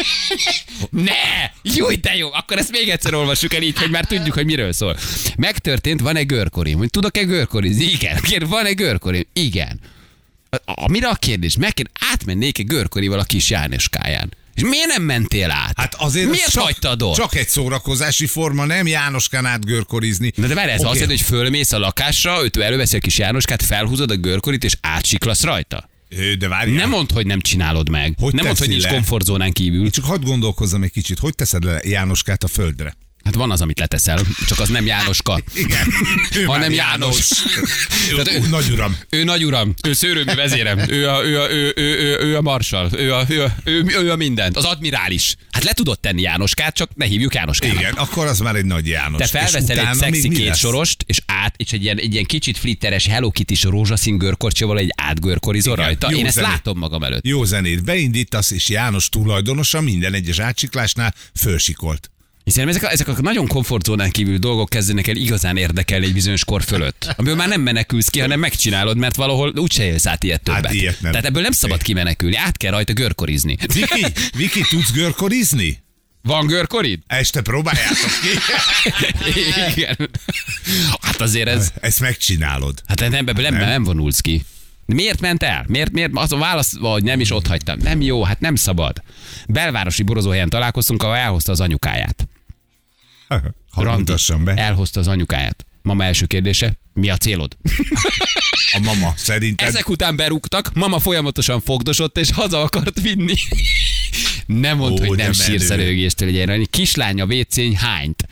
Ne! Júj, de jó! Akkor ezt még egyszer olvassuk el így, hogy már tudjuk, hogy miről szól. Megtörtént, van-e görkorim? Hogy tudok-e görkorizni? Igen. Kérd, van-e görkorim? Igen. A- Amire a kérdés? Megkérdez, átmennék-e görkorival a kis Jánoskáján? És miért nem mentél át? Hát azért miért csak, hagytad ott? csak egy szórakozási forma, nem Jánoskán át görkorizni. Na de várj, ez Oké. azt jelenti, hogy fölmész a lakásra, őt előveszi a kis Jánoskát, felhúzod a görkorit, és átsiklasz rajta? Ö, De várjál. Nem mondd, hogy nem csinálod meg. Hogy nem mondd, hogy teszi nincs le? komfortzónán kívül. Csak hadd gondolkozzam egy kicsit, hogy teszed le Jánoskát a földre? Hát van az, amit leteszel, csak az nem Jánoska. Igen. Ő hanem már János. Ő, Tehát ő- nagy uram. Ő nagy uram, ő szőrömű vezérem, ő a, ő a, ő, ő, ő, ő a marsal, ő a, ő, a, ő, ő a mindent, az admirális. Hát le tudod tenni Jánoskát, csak ne hívjuk Jánoskának. Igen, akkor az már egy nagy János. Te És felveszel egy utána szexi még mi lesz? kétsorost, és át, és egy ilyen, egy ilyen kicsit flitteres Hello Kitty-s rózsaszín görkorcsival egy átgörkorizol Igen, rajta. jó Én ezt zenét. látom magam előtt. Jó zenét beindítasz, és János tulajdonosa minden egyes átsiklásnál fölsikolt. Hiszen ezek a, ezek a nagyon komfortzónán kívül dolgok kezdenek el igazán érdekelni egy bizonyos kor fölött. Amiből már nem menekülsz ki, hanem megcsinálod, mert valahol úgyse élsz át ilyet többet. Hát ilyet nem. Tehát ebből nem szabad kimenekülni, át kell rajta görkorizni. Viki, Viki, tudsz görkorizni? Van görkorid? Este próbáljátok ki. Igen. Hát azért ez... Ezt megcsinálod. Hát nem, ebből nem, Nem. nem vonulsz ki. De miért ment el? Miért, miért? Az a válasz, hogy nem is ott hagytam. Nem jó, hát nem szabad. Belvárosi borozóhelyen találkoztunk, ahol elhozta az anyukáját. Hadd mutassam be. Elhozta az anyukáját. Mama első kérdése, mi a célod? A mama szerintem. Ezek után berúgtak, mama folyamatosan fogdosott, és haza akart vinni. Nem mondd, Ó, hogy nem de sírsz a menő. rögéstől, hogy gyere. Kislány a vécén hányt.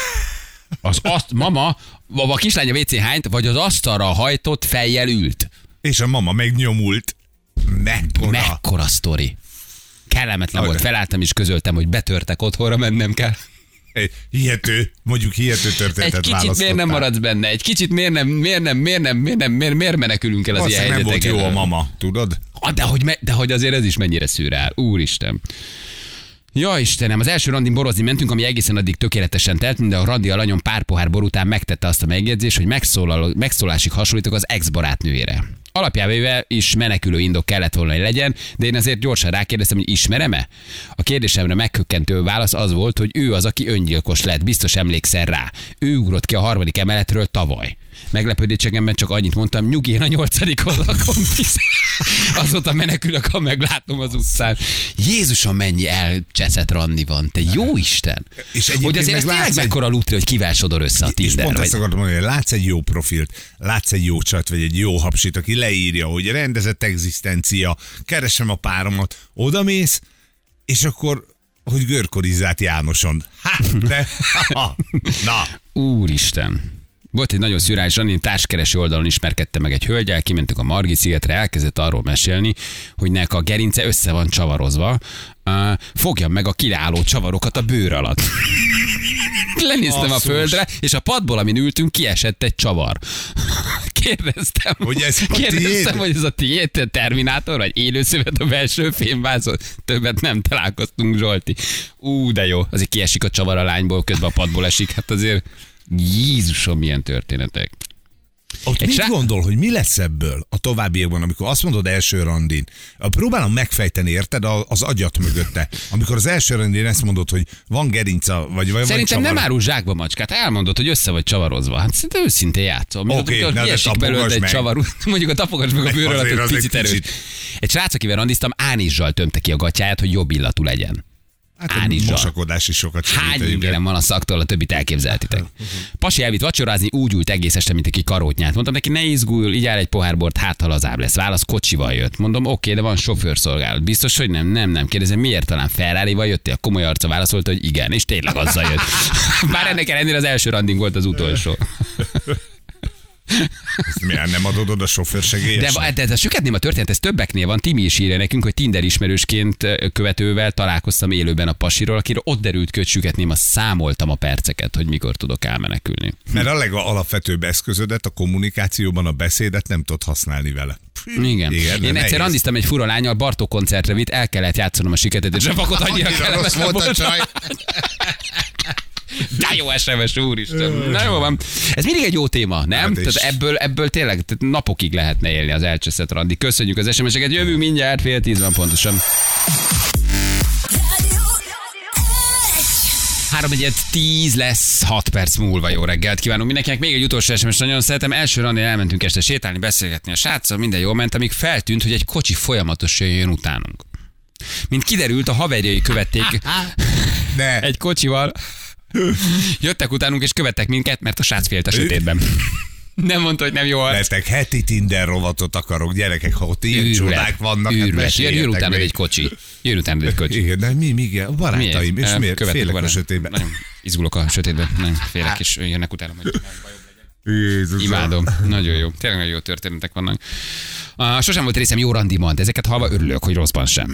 Az azt, mama, a kislány a vécén hányt, vagy az asztalra hajtott fejjel ült. És a mama megnyomult. Mekkora. Mekkora sztori. Kellemetlen Ajaj. volt, felálltam és közöltem, hogy betörtek, otthonra mennem kell. Hihető, mondjuk hihető Egy történetet kicsit választottál. miért nem maradsz benne? Egy kicsit miért nem, miért nem, miért nem, miért nem, miért, miért menekülünk el az ilyen Valószínűleg nem volt jó helyzetekkel? a mama, tudod? Ah, de, hogy, me- de hogy azért ez is mennyire szűrál. Úristen. Ja Istenem, az első randin borozni mentünk, ami egészen addig tökéletesen telt, de a randi alanyom pár pohár bor után megtette azt a megjegyzést, hogy megszólal, megszólásig hasonlítok az ex-barátnőjére. Alapjában is menekülő indok kellett volna, hogy legyen, de én azért gyorsan rákérdeztem, hogy ismerem-e? A kérdésemre megkökkentő válasz az volt, hogy ő az, aki öngyilkos lett, biztos emlékszel rá. Ő ugrott ki a harmadik emeletről tavaly. Meglepődésemben csak annyit mondtam, nyugi, én a nyolcadikon lakom, azóta menekülök, ha meglátom az utcán. Jézusom, mennyi elcseszett randi van, te jó Isten! És hogy egyébként azért ez meg tényleg látsz egy- mekkora lútri, hogy kivel sodor össze a És Tinder. pont Vagy... ezt akartam mondani, hogy látsz egy jó profilt, látsz egy jó csat, vagy egy jó hapsit, aki leírja, hogy rendezett egzisztencia, keresem a páromat, odamész, és akkor, hogy görkorizzát Jánoson. Ha, de, ha, na. Úristen! Volt egy nagyon szürális randi, társkereső oldalon ismerkedte meg egy hölgyel, kimentünk a Margit szigetre, elkezdett arról mesélni, hogy nek a gerince össze van csavarozva, uh, fogjam meg a kiálló csavarokat a bőr alatt. Lenéztem a Basszus. földre, és a padból, amin ültünk, kiesett egy csavar. Kérdeztem, Hogy ez a kérdeztem, tiéd? hogy ez a tiéd, te Terminátor, vagy élőszövet a belső fémvázon. Többet nem találkoztunk, Zsolti. Ú, de jó, azért kiesik a csavar a lányból, közben a padból esik. Hát azért Jézusom, milyen történetek. Ott Egy mit srác- gondol, hogy mi lesz ebből a továbbiakban, amikor azt mondod első randin? Próbálom megfejteni, érted, a- az agyat mögötte. Amikor az első randin ezt mondod, hogy van gerinca, vagy vagy Szerintem csavar. nem árul zsákba macskát. Elmondod, hogy össze vagy csavarozva. Hát szerintem őszintén játszol. Oké, Amikor na de kiesik tapogass belőled egy meg. csavar, mondjuk a tapogass meg a Meg bőr alatt azért egy az egy picit erős. kicsit. Egy srác, akivel randiztam, ánizsal tömte ki a gatyáját, hogy jobb illatú legyen. Hát a Ánizsal. mosakodás is sokat segít Hány egyébként. ingerem van a szaktól, a többit elképzelhetitek. Pasi elvitt vacsorázni, úgy ült egész este, mint aki karótnyát. Mondtam neki, ne izgulj, így áll egy pohár bort, hát ha lazább lesz. Válasz, kocsival jött. Mondom, oké, de van sofőrszolgálat. Biztos, hogy nem, nem, nem. Kérdezem, miért talán Ferrari-val jöttél? Komoly arca válaszolta, hogy igen, és tényleg azzal jött. Bár ennek ellenére az első randing volt az utolsó. Ezt miért nem adod oda sofőrsegélyesen? De, de, de süketném a történet, ez többeknél van. Timi is írja nekünk, hogy Tinder ismerősként ö, követővel találkoztam élőben a pasiról, akiről ott derült ki, hogy süketném, azt számoltam a perceket, hogy mikor tudok elmenekülni. Mert a legalapvetőbb eszközödet a kommunikációban, a beszédet nem tudod használni vele. Igen. Igen, de Én egyszer nehéz. randiztam egy fura lányal, Bartók koncertre vitt, el kellett játszanom a siketet, és a fakot annyira Annyira rossz kellemetlen volt a volt. csaj. De jó es em es, úristen. Na jó van. Ez mindig egy jó téma, nem? Hát Tehát és- ebből, ebből tényleg tehát napokig lehetne élni az elcseszett randi. Köszönjük az es em eseket, jövünk mindjárt, fél tíz van pontosan. Három egyet tíz lesz, hat perc múlva. Jó reggelt kívánunk mindenkinek. Még egy utolsó es em es, nagyon szeretem. Első randin elmentünk este sétálni, beszélgetni a sráccal, minden jól ment, amíg feltűnt, hogy egy kocsi folyamatosan jön utánunk. Mint kiderült, a haverjai követték De egy kocsival. Jöttek utánunk és követtek minket, mert a srác félt a sötétben. Nem mondta, hogy nem jó arc. Nektek heti Tinder rovatot akarok, gyerekek, ha ott ilyen csodák vannak, hát Őrület. Jön, meséljetek jön utána még. egy kocsi. Jön utána egy kocsi. Igen, de mi, mi, a barátaim, és Ö, miért követnek félek a barát- sötétben? Nagyon izgulok a sötétben. Nagyon félek, és jönnek utána, hogy Jézusom. imádom. Nagyon jó. Tényleg nagyon jó történetek vannak. Uh, sosem volt részem jó randiban, de ezeket halva örülök, hogy rosszban sem.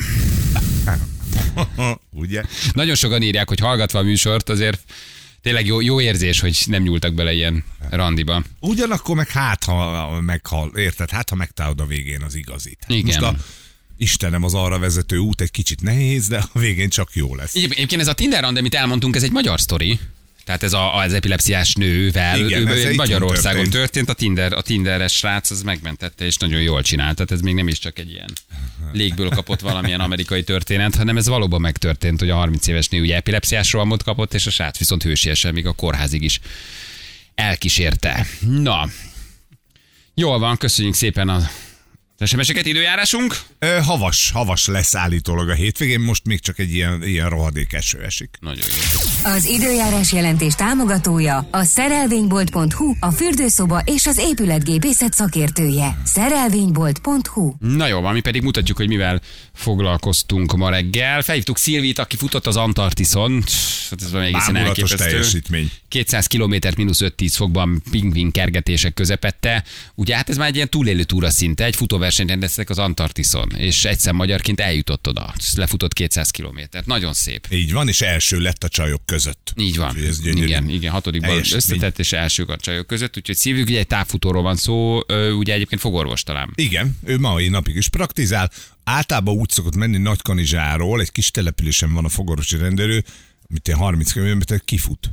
Ugye? Nagyon sokan írják, hogy hallgatva a műsort, azért tényleg jó, jó érzés, hogy nem nyúltak bele ilyen randiba. Ugyanakkor meg hát, ha meghal, érted? Hát, ha megtalálod a végén az igazit. Igen. Most a Istenem, az arra vezető út egy kicsit nehéz, de a végén csak jó lesz. Egyébként ez a Tinder rand, amit elmondtunk, ez egy magyar sztori. Tehát ez a, az epilepsziás nővel Igen, ez ő, Magyarországon történt. történt. történt. A Tinder, a Tinderes srác az megmentette, és nagyon jól csinált. Tehát ez még nem is csak egy ilyen légből kapott valamilyen amerikai történet, hanem ez valóban megtörtént, hogy a harminc éves nő ugye epilepsziás rohamot kapott, és a srác viszont hősiesen még a kórházig is elkísérte. Na, jól van, köszönjük szépen a es em es-eket, időjárásunk? Ö, havas, havas lesz állítólag a hétvégén, most még csak egy ilyen, ilyen rohadék eső esik. Nagyon jó. Az időjárás jelentés támogatója a szerelvénybolt pont hu, a fürdőszoba és az épületgépészet szakértője. szerelvénybolt pont hu. Na jó, mi pedig mutatjuk, hogy mivel foglalkoztunk ma reggel. Felhívtuk Szilvit, aki futott az Antarktiszon. Ez valami egészen Bámulatos elképesztő. teljesítmény. kétszáz kilométert mínusz öt-tíz fokban pingvin kergetések közepette. Ugye hát ez már egy ilyen túlélő túra szinte, egy futóversenyt rendeztek az Antarktiszon, és egyszer magyarként eljutott oda. Lefutott kétszáz kilométert. Nagyon szép. Így van, és első lett a csajok között. Így van. Ez gyönyörű. Igen, igen, hatodikban összetett, és elsők a csajok között, úgyhogy szívjuk, ugye egy távfutóról van szó, ugye egyébként fogorvos talán. Igen, ő mai napig is praktizál. Általában úgy szokott menni Nagykanizsáról, egy kis településen van a fogorvosi rendelő, mint ilyen harminc kilométer kifut.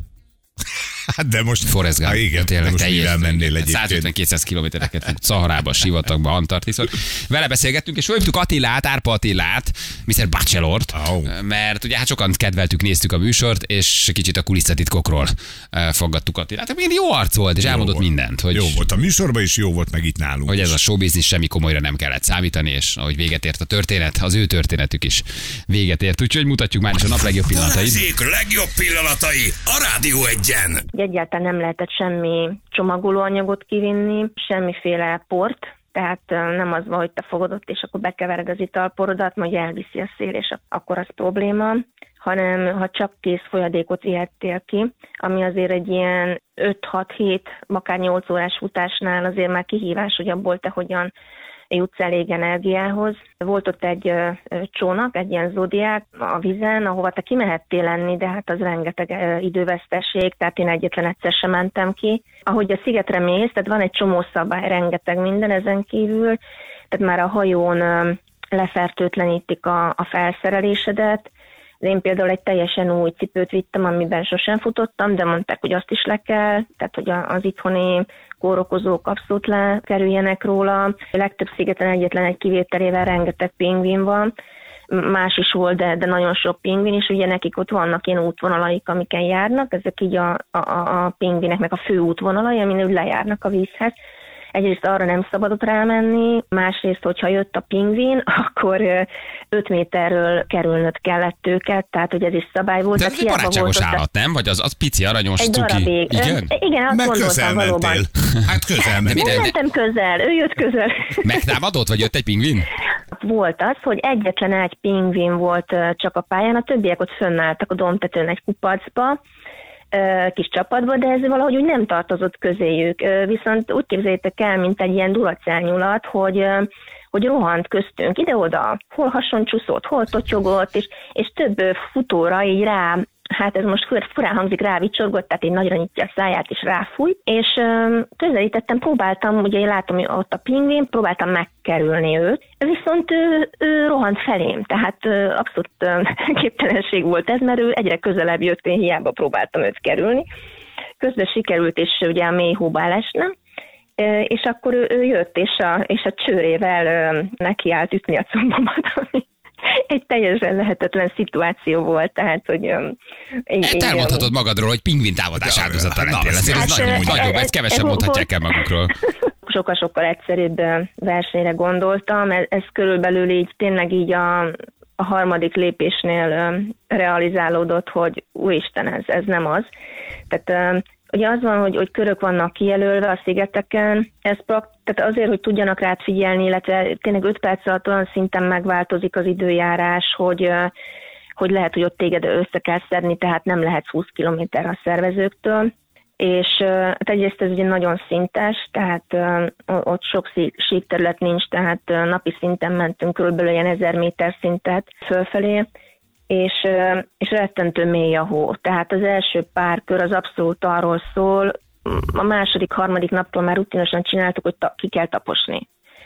De most... Forrest Gump. Há, igen, tényleg, de most mivel mennél egyébként? száz ötven-kétszáz kilométereket fut Szaharába, sivatagba, Antarktiszon. Vele beszélgettünk, és fölhívtuk Attilát, Árpa Attilát, mister Bachelort, Oh. mert ugye hát sokan kedveltük, néztük a műsort, és kicsit a kulisszatitkokról uh, foggattuk Attilát. Hát még jó arc volt, és jó elmondott volt. mindent. Hogy, Jó volt a műsorban is, jó volt meg itt nálunk. hogy ez is. a showbiznisz semmi komolyra nem kellett számítani, és ahogy véget ért a történet, az ő történetük is véget ért. Úgyhogy mutatjuk már is a nap legjobb pillanatait. Balázsék legjobb pillanatai a Rádió Egyen. Egyáltalán nem lehetett semmi csomagolóanyagot kivinni, semmiféle port, tehát nem az van, hogy te fogod ott, és akkor bekevered az italporodat, majd elviszi a szél, és akkor az probléma, hanem ha csak kész folyadékot ijedtél ki, ami azért egy ilyen öt-hat-hét, akár nyolc órás futásnál azért már kihívás, hogy abból te hogyan jutsz elég energiához. Volt ott egy ö, ö, csónak, egy ilyen zodiák a vízen, ahova te kimehettél lenni, de hát az rengeteg ö, időveszteség, tehát én egyetlen egyszer sem mentem ki. Ahogy a szigetre mész, tehát van egy csomó szabály, rengeteg minden ezen kívül, tehát már a hajón ö, lefertőtlenítik a, a felszerelésedet. Én például egy teljesen új cipőt vittem, amiben sosem futottam, de mondták, hogy azt is le kell, tehát hogy az itthoni kórokozók abszolút lekerüljenek róla. A legtöbb szigeten egyetlen egy kivételével rengeteg pingvin van, más is volt, de, de nagyon sok pingvin, és ugye nekik ott vannak ilyen útvonalaik, amiken járnak, ezek így a, a, a pingvineknek a fő útvonalai, amin úgy lejárnak a vízhez. Egyrészt arra nem szabadott rámenni, másrészt, hogyha jött a pingvin, akkor öt méterről kerülnöd kellett őket, tehát hogy ez is szabály volt. De ez egy barátságos állat, nem? Vagy az, az pici, aranyos, egy cuki? darabig. Igen? Igen, azt Meg gondoltam közel valóban. mentél. Hát közel mentél. Nem mentem közel, ő jött közel. Megtámadott, vagy jött egy pingvin? Volt az, hogy egyetlen egy pingvin volt csak a pályán, a többiek ott fönnálltak a dombtetőn egy kupacba, kis csapatba, de ez valahogy úgy nem tartozott közéjük. Viszont úgy képzeljétek el, mint egy ilyen duracellnyulat, hogy, hogy rohant köztünk ide-oda, hol hasoncsúszott, hol totyogott, és, és több futóra így rá, hát ez most furán hangzik, rá vicsorgott, tehát így nagyra nyitja a száját, és ráfúj, és közelítettem, próbáltam, ugye én látom ott a pingvin, próbáltam megkerülni őt, viszont ő, ő rohant felém, tehát abszolút képtelenség volt ez, mert ő egyre közelebb jött, én hiába próbáltam őt kerülni. Közben sikerült, és ugye a mély hóba elesnem, és akkor ő, ő jött, és a, és a csőrével nekiállt ütni a combomat, ami egy teljesen lehetetlen szituáció volt, tehát, hogy... Ezt elmondhatod magadról, hogy pingvin támadás áldozata lettél. Ez Hát, nagyon, ez- nagyon, ez- ezt kevesen ez- mondhatják el magukról. Sokkal-sokkal egyszerűbb versenyre gondoltam, ez, ez körülbelül így tényleg így a, a harmadik lépésnél ö, realizálódott, hogy úristen, ez, ez nem az. Tehát ö, ugye az van, hogy, hogy körök vannak kijelölve a szigeteken, ez prak, tehát azért, hogy tudjanak rád figyelni, illetve tényleg öt perc alatt olyan szinten megváltozik az időjárás, hogy, ö, hogy lehet, hogy ott téged össze kell szedni, tehát nem lehetsz húsz kilométerre a szervezőktől. És hát egyrészt ez ugye nagyon szintes, tehát uh, ott sok sík terület nincs, tehát uh, napi szinten mentünk körülbelül ilyen ezer méter szintet fölfelé, és, uh, és rettentő mély a hó. Tehát az első pár kör az abszolút arról szól, a második, harmadik naptól már rutinosan csináltuk, hogy ta- ki kell taposni.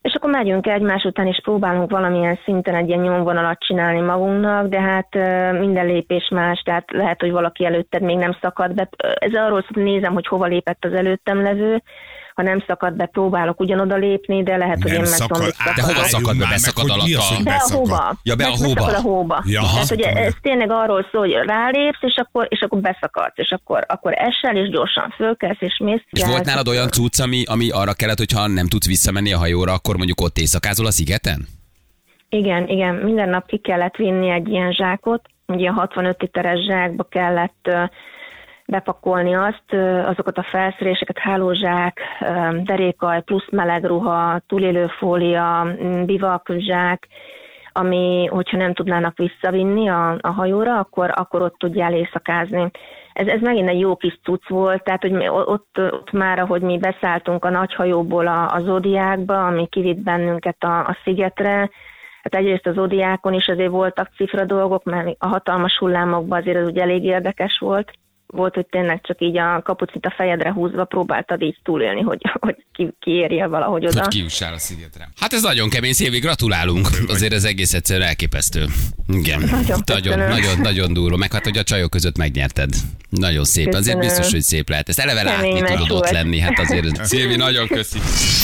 És akkor megyünk egymás után, és próbálunk valamilyen szinten egy ilyen nyomvonalat csinálni magunknak, de hát minden lépés más, tehát lehet, hogy valaki előtted még nem szakad be. Ez arról szól, nézem, hogy hova lépett az előttem levő, ha nem szakad be, próbálok ugyanoda lépni, de lehet, hogy Nem én meg szakad- tudom, Á, De hova szakad be? már Beszakad meg, hogy mi alatt az, a... hogy be a beszakad? hóba. Ja, be a Be- hóba. Beszakad a hóba. Ja, Tehát ugye szakad. ez tényleg arról szól, hogy rálépsz, és akkor, és akkor beszakadsz, és akkor, akkor esel, és gyorsan fölkelsz, és mész. És volt nálad olyan cucc, ami, ami arra kellett, hogyha nem tudsz visszamenni a hajóra, akkor mondjuk ott éjszakázol a szigeten? Igen, igen, minden nap ki kellett vinni egy ilyen zsákot, ugye a hatvanöt literes zsákba kellett ö, bepakolni azt, ö, azokat a felszereléseket, hálózsák, ö, derékaj, plusz meleg ruha, túlélőfólia, m, bivakzsák, ami, hogyha nem tudnának visszavinni a, a hajóra, akkor, akkor ott tudjál éjszakázni. Ez, ez megint egy jó kis cucc volt, tehát hogy mi ott, ott már, ahogy mi beszálltunk a nagy hajóból a, a Zodiákba, ami kivitt bennünket a, a szigetre, hát egyrészt az Zodiákon is azért voltak cifra dolgok, mert a hatalmas hullámokban azért ez ugye elég érdekes volt. Volt, hogy tényleg csak így a kapucit a fejedre húzva próbáltad így túlélni, hogy, hogy ki, kiérjél valahogy oda. Hogy kiussál a szigetre. Hát ez nagyon kemény, Szilvi, gratulálunk. Azért ez egész egyszerűen elképesztő. Igen. Nagyon Nagyon, köszönöm. nagyon, nagyon durva. Meg hát, hogy a csajok között megnyerted. Nagyon szép. Azért Köszönöm. biztos, hogy szép lehet. Ezt eleve látni Kemény tudod meccs ott volt. lenni. Hát azért, Szilvi, nagyon köszi.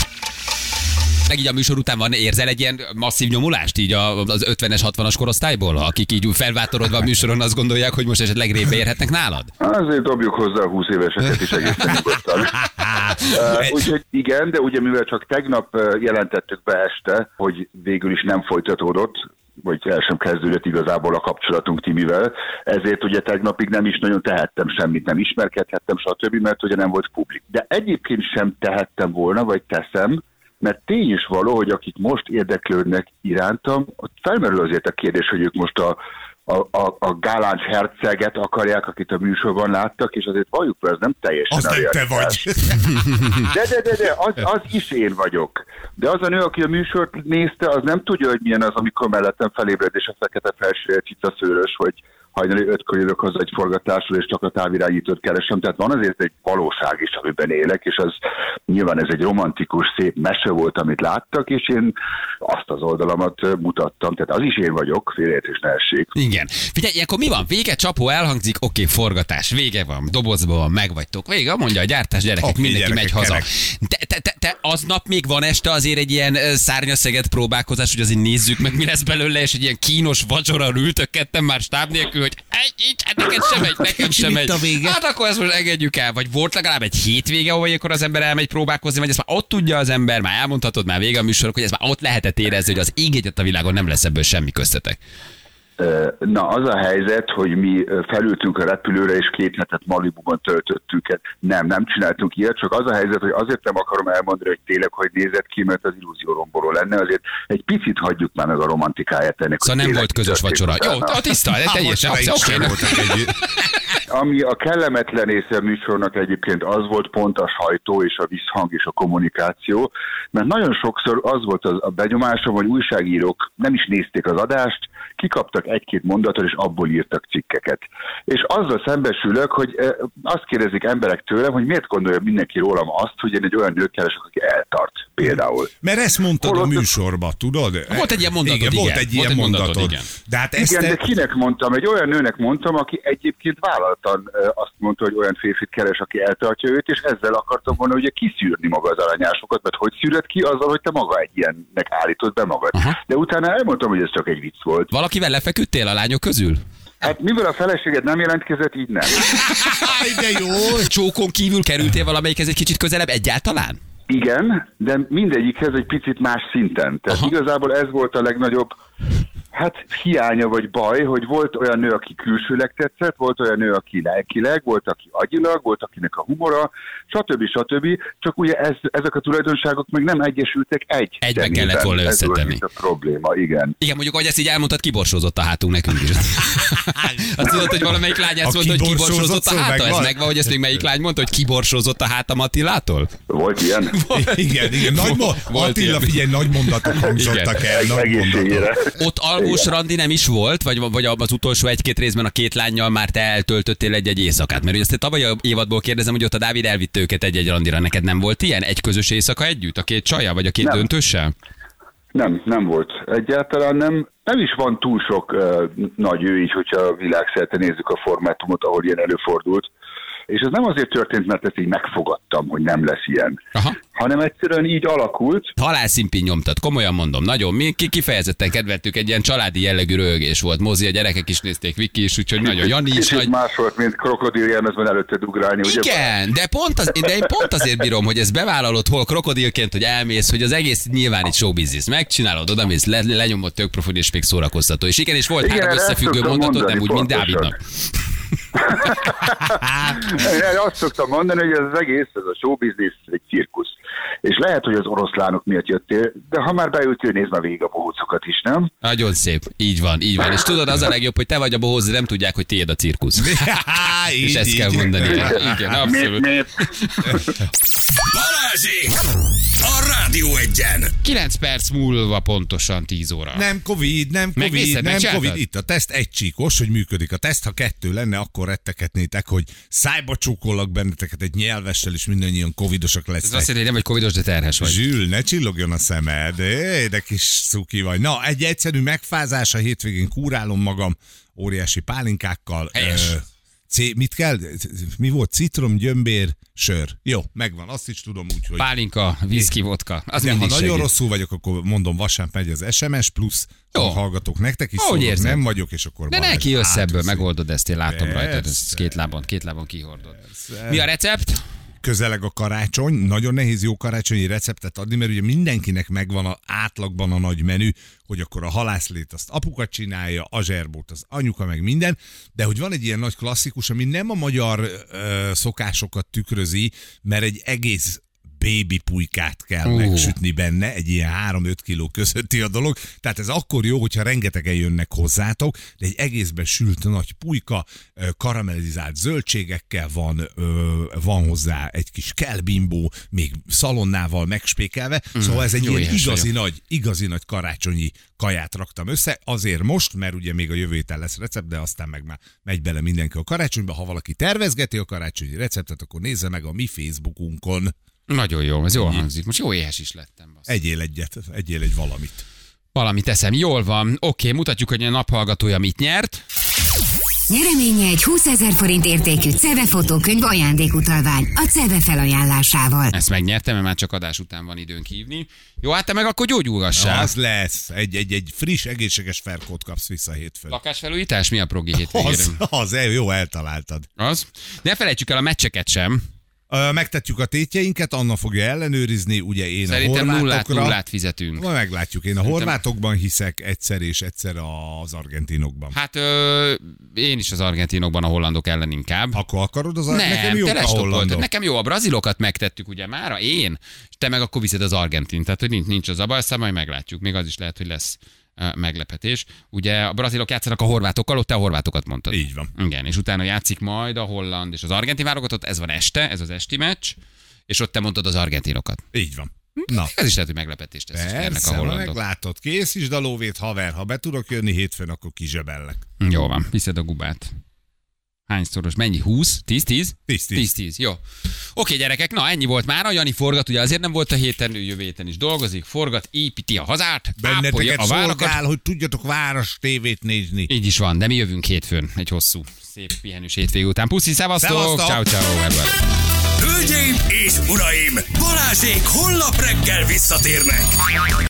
Meg így a műsor után van, érzel egy ilyen masszív nyomulást így a- az ötvenes, hatvanas korosztályból, akik így felvátorodva a műsoron azt gondolják, hogy most esetleg répbe érhetnek nálad? Azért dobjuk hozzá a húsz éveseket is egészen nyugodtan. Uh, Úgyhogy igen, de ugye mivel csak tegnap uh, jelentettük be este, hogy végül is nem folytatódott, vagy el sem kezdődött igazából a kapcsolatunk Timivel, ezért ugye tegnapig nem is nagyon tehettem semmit, nem ismerkedhettem, stb., mert ugye nem volt publik. De egyébként sem tehettem volna, vagy teszem, mert tény is való, hogy akik most érdeklődnek irántam, ott felmerül azért a kérdés, hogy ők most a, a, a, a Gálánc herceget akarják, akit a műsorban láttak, és azért valljuk be, ez nem teljesen Az a nem te realitás. vagy. De, de, de, de, az, az is én vagyok. De az a nő, aki a műsort nézte, az nem tudja, hogy milyen az, amikor mellettem felébred, és a fekete felső cicaszőrös, hogy hajnali ötkor jövök haza egy forgatásról, és csak a távirányítót keresem. Tehát van azért egy valóság is, amiben élek, és az nyilván ez egy romantikus, szép mese volt, amit láttak, és én azt az oldalamat mutattam. Tehát az is én vagyok, félreértés ne essék. Igen. Figyelj, ilyenkor mi van? Vége, csapó elhangzik, oké, forgatás, vége van, dobozban van, megvagytok. Vége, mondja a gyártás, gyerekek, Oké, mindenki gyerekek, megy haza. kerek. Te, te, te, te aznap még van este azért egy ilyen ö, szárnyaszeget próbálkozás, hogy azért nézzük meg, mi lesz belőle, és egy ilyen kínos vacsora ültök ketten már stáb nélkül, hogy egy, így, hát neked sem megy, nekem sem megy. Itt a vége. Hát akkor ezt most engedjük el. Vagy volt legalább egy hétvége, ahol akkor az ember elmegy próbálkozni, vagy ezt már ott tudja az ember, már elmondhatod, már vége a műsorok, hogy ez már ott lehetett érezni, hogy az ég egyet a világon nem lesz ebből semmi köztetek. Na, az a helyzet, hogy mi felültünk a repülőre, és két hetet Malibuban töltöttük. Nem, nem csináltunk ilyet, csak az a helyzet, hogy azért nem akarom elmondani, hogy tényleg hogy nézett ki, mert az illúzióromboló lenne, azért egy picit hagyjuk már meg a romantikáját ennek. Szóval nem volt közös vacsora. Jó, a tiszta, teljesen Vacsoraik sem oké. voltak együtt. Ami a kellemetlen része a műsornak egyébként az volt pont a sajtó és a visszhang és a kommunikáció, mert nagyon sokszor az volt az a benyomásom, hogy újságírók nem is nézték az adást, kikaptak egy-két mondatot, és abból írtak cikkeket. És azzal szembesülök, hogy eh, azt kérdezik emberek tőlem, hogy miért gondolja mindenki rólam azt, hogy én egy olyan nőt keresek, aki eltart például. Mert ezt mondtad a Holott- műsorba, tudod? Volt egy ilyen mondatod, igen. Volt igen. egy Volt ilyen egy mondatod, mondatod. igen. De hát ezt Igen, te... de kinek mondtam? Egy olyan nőnek mondtam, aki egyébként vállaltan eh, azt mondta, hogy olyan férfit keres, aki eltartja őt, és ezzel akartam volna ugye kiszűrni maga az aranyásokat, mert hogy szűröd ki azzal, hogy te maga egy ilyennek állítod be magad. Aha. De utána elmondtam, hogy ez csak egy vicc volt. Valakivel lefeküdtél a lányok közül? Hát mivel a feleséged nem jelentkezett, így nem. Áj, de jó! Csókon kívül kerültél valamelyikhez egy kicsit közelebb egyáltalán? Igen, de mindegyikhez egy picit más szinten. Tehát Aha. igazából ez volt a legnagyobb hát hiánya vagy baj, hogy volt olyan nő, aki külsőleg tetszett, volt olyan nő, aki lelkileg, volt, aki agyilag, volt, akinek a humora, stb. stb. Csak ugye ez, ezek a tulajdonságok meg nem egyesültek egy Egyben személyben. kellett volna Ez összetenni. volt itt a probléma, igen. Igen, mondjuk, ahogy ezt így elmondtad, kiborsózott a hátunk nekünk is. Azt tudod, hogy valamelyik lány ezt A mondta, hogy kiborsózott kiborsózott a szó háta? Ez megvan? megvan, hogy ezt még melyik lány mondta, hogy kiborsózott a hátam Attilától? Volt ilyen? Igen, igen. Nagy mo- Volt Attila, ilyen. figyelj, nagy mondatok hangzottak el. Nagy Egészségére. mondatok. Ott alkot Csávós randi nem is volt, vagy, vagy az utolsó egy-két részben a két lánnyal már te eltöltöttél egy-egy éjszakát? Mert ugye ezt tavaly a évadból kérdezem, hogy ott a Dávid elvitte őket egy-egy randira. Neked nem volt ilyen? Egy közös éjszaka együtt? A két csajjal, vagy a két Nem. döntőssel? Nem, nem volt. Egyáltalán nem. Nem is van túl sok uh, nagy ő így, hogyha világszerte nézzük a formátumot, ahol ilyen előfordult. És ez nem azért történt, mert ezt így megfogadtam, hogy nem lesz ilyen. Aha. Hanem egyszerűen így alakult. Halálszínpin nyomtad, komolyan mondom, nagyon. Mi kifejezetten kedveltük, egy ilyen családi jellegű röhögés volt. Mozi, a gyerekek is nézték, Viki is, úgyhogy nagyon. Jani is Kicsit nagy... más volt, mint krokodiljelmezben előtte ugrálni. Igen, ugye? de, pont az, de én pont azért bírom, hogy ezt bevállalod hol krokodilként, hogy elmész, hogy az egész nyilván egy show business. Megcsinálod, odamész, le, lenyomod tök profil és még szórakoztató. És igen, és volt igen, három összefüggő mondatod, nem úgy, mint Dávidnak. Én azt szoktam mondani, hogy ez az egész, ez a showbiznisz egy cirkusz. És lehet, hogy az oroszlánok miatt jöttél, de ha már beültél, nézd már végig a bohócokat is, nem? Nagyon szép. Így van, így van. És tudod, az a legjobb, hogy te vagy a bohóc, de nem tudják, hogy tiéd a cirkusz. És ezt kell mondani. Igen, abszolút. Balázsék! A Rádió Egyen! kilenc perc múlva pontosan tíz óra. Nem Covid, nem Covid, Megvészed, nem megcsináltad? Covid. Itt a teszt egy csíkos, hogy működik a teszt. Ha kettő lenne, akkor retteketnétek, hogy szájba csókollak benneteket egy nyelvessel, és mindannyian covidosak Ez lesznek. azt jelenti, hogy nem vagy covidos, de terhes vagy. Zsül, ne csillogjon a szemed. É, de kis cuki vagy. Na, egy egyszerű megfázás, a hétvégén kúrálom magam óriási pálinkákkal. Helyes. Ö, C, mit kell? Mi volt? Citrom, gyömbér, sör. Jó, megvan, azt is tudom úgy, hogy... Pálinka, viszki, vodka. Az De ha mindig nagyon segít. rosszul vagyok, akkor mondom, vasárnap megy az es em es, plusz Jó. a hallgatók nektek is Ahogy szólok, érzed. nem vagyok, és akkor... De Balázs neki jössz ebből, átveszi. megoldod ezt, én látom Persze. rajtad, ez két lábon, két lábon kihordod. Mi a recept? Közeleg a karácsony, nagyon nehéz jó karácsonyi receptet adni, mert ugye mindenkinek megvan a átlagban a nagy menü, hogy akkor a halászlét azt apuka csinálja, a zserbót az anyuka, meg minden, de hogy van egy ilyen nagy klasszikus, ami nem a magyar ö, szokásokat tükrözi, mert egy egész baby pulykát kell Ú. uh. megsütni benne, egy ilyen három-öt kiló közötti a dolog. Tehát ez akkor jó, hogyha rengetegen jönnek hozzátok, de egy egészben sült nagy pulyka, karamellizált zöldségekkel van, van hozzá egy kis kelbimbó, még szalonnával megspékelve. Mm, szóval ez egy jó ilyen éhes igazi vagyok. nagy, igazi nagy karácsonyi kaját raktam össze. Azért most, mert ugye még a jövő héten lesz recept, de aztán meg már megy bele mindenki a karácsonyba. Ha valaki tervezgeti a karácsonyi receptet, akkor nézze meg a mi Facebookunkon. Nagyon jó, ez jól hangzik. Most jó éhes is lettem. Basz. Egyél egyet, egyél egy valamit. Valamit teszem. Jól van. Oké, mutatjuk, hogy a naphallgatója mit nyert. Nyereménye egy húszezer forint értékű Ceve fotókönyv ajándékutalvány a Ceve felajánlásával. Ezt megnyertem, mert már csak adás után van időnk hívni. Jó, hát te meg akkor gyógyulgassál. Az lesz. Egy, egy, egy friss, egészséges ferkót kapsz vissza hétfőn. Lakásfelújítás? Mi a progi hétvégére? Az, az, jó, eltaláltad. Az? Ne felejtsük el a meccseket sem. Ö, Megtetjük a tétjeinket, Anna fogja ellenőrizni, ugye én Szerintem a nullát, horvátokra. nullát fizetünk. Ma meglátjuk, én a Szerintem- horvátokban hiszek egyszer és egyszer az argentinokban. Hát ö, én is az argentinokban, a hollandok ellen inkább. Akkor akarod az Nem, nekem jó te a lestopoltad. hollandok. Nekem jó, a brazilokat megtettük ugye mára, én, és te meg akkor viszed az argentin. Tehát, hogy nincs, nincs az a baj, aztán majd meglátjuk. Még az is lehet, hogy lesz uh, meglepetés. Ugye a brazilok játszanak a horvátokkal, ott te a horvátokat mondtad. Így van. Igen, és utána játszik majd a holland és az argentin válogatott, ez van este, ez az esti meccs, és ott te mondtad az argentinokat. Így van. Na, Ez is lehet, hogy meglepetés tesz ennek a persze, ha hollandok. meglátod, készítsd a lóvét, haver, ha be tudok jönni hétfőn, akkor kizsebellek. Jó van, viszed a gubát. Hányszoros? Mennyi? húsz? tíz tíz? tíz tíz. tíz tíz, jó. Oké, gyerekek, na ennyi volt már. A Jani forgat, ugye azért nem volt a héten, ő jövő héten is dolgozik, forgat, építi a hazát, ápolja Benneteket a várakat. szolgál, hogy tudjatok város tévét nézni. Így is van, de mi jövünk hétfőn, egy hosszú, szép pihenős hétvége után. Puszi, szevasztok, Szevasztok! ciao ciao, hello. Hölgyeim és uraim, Balázsék holnap reggel visszatérnek.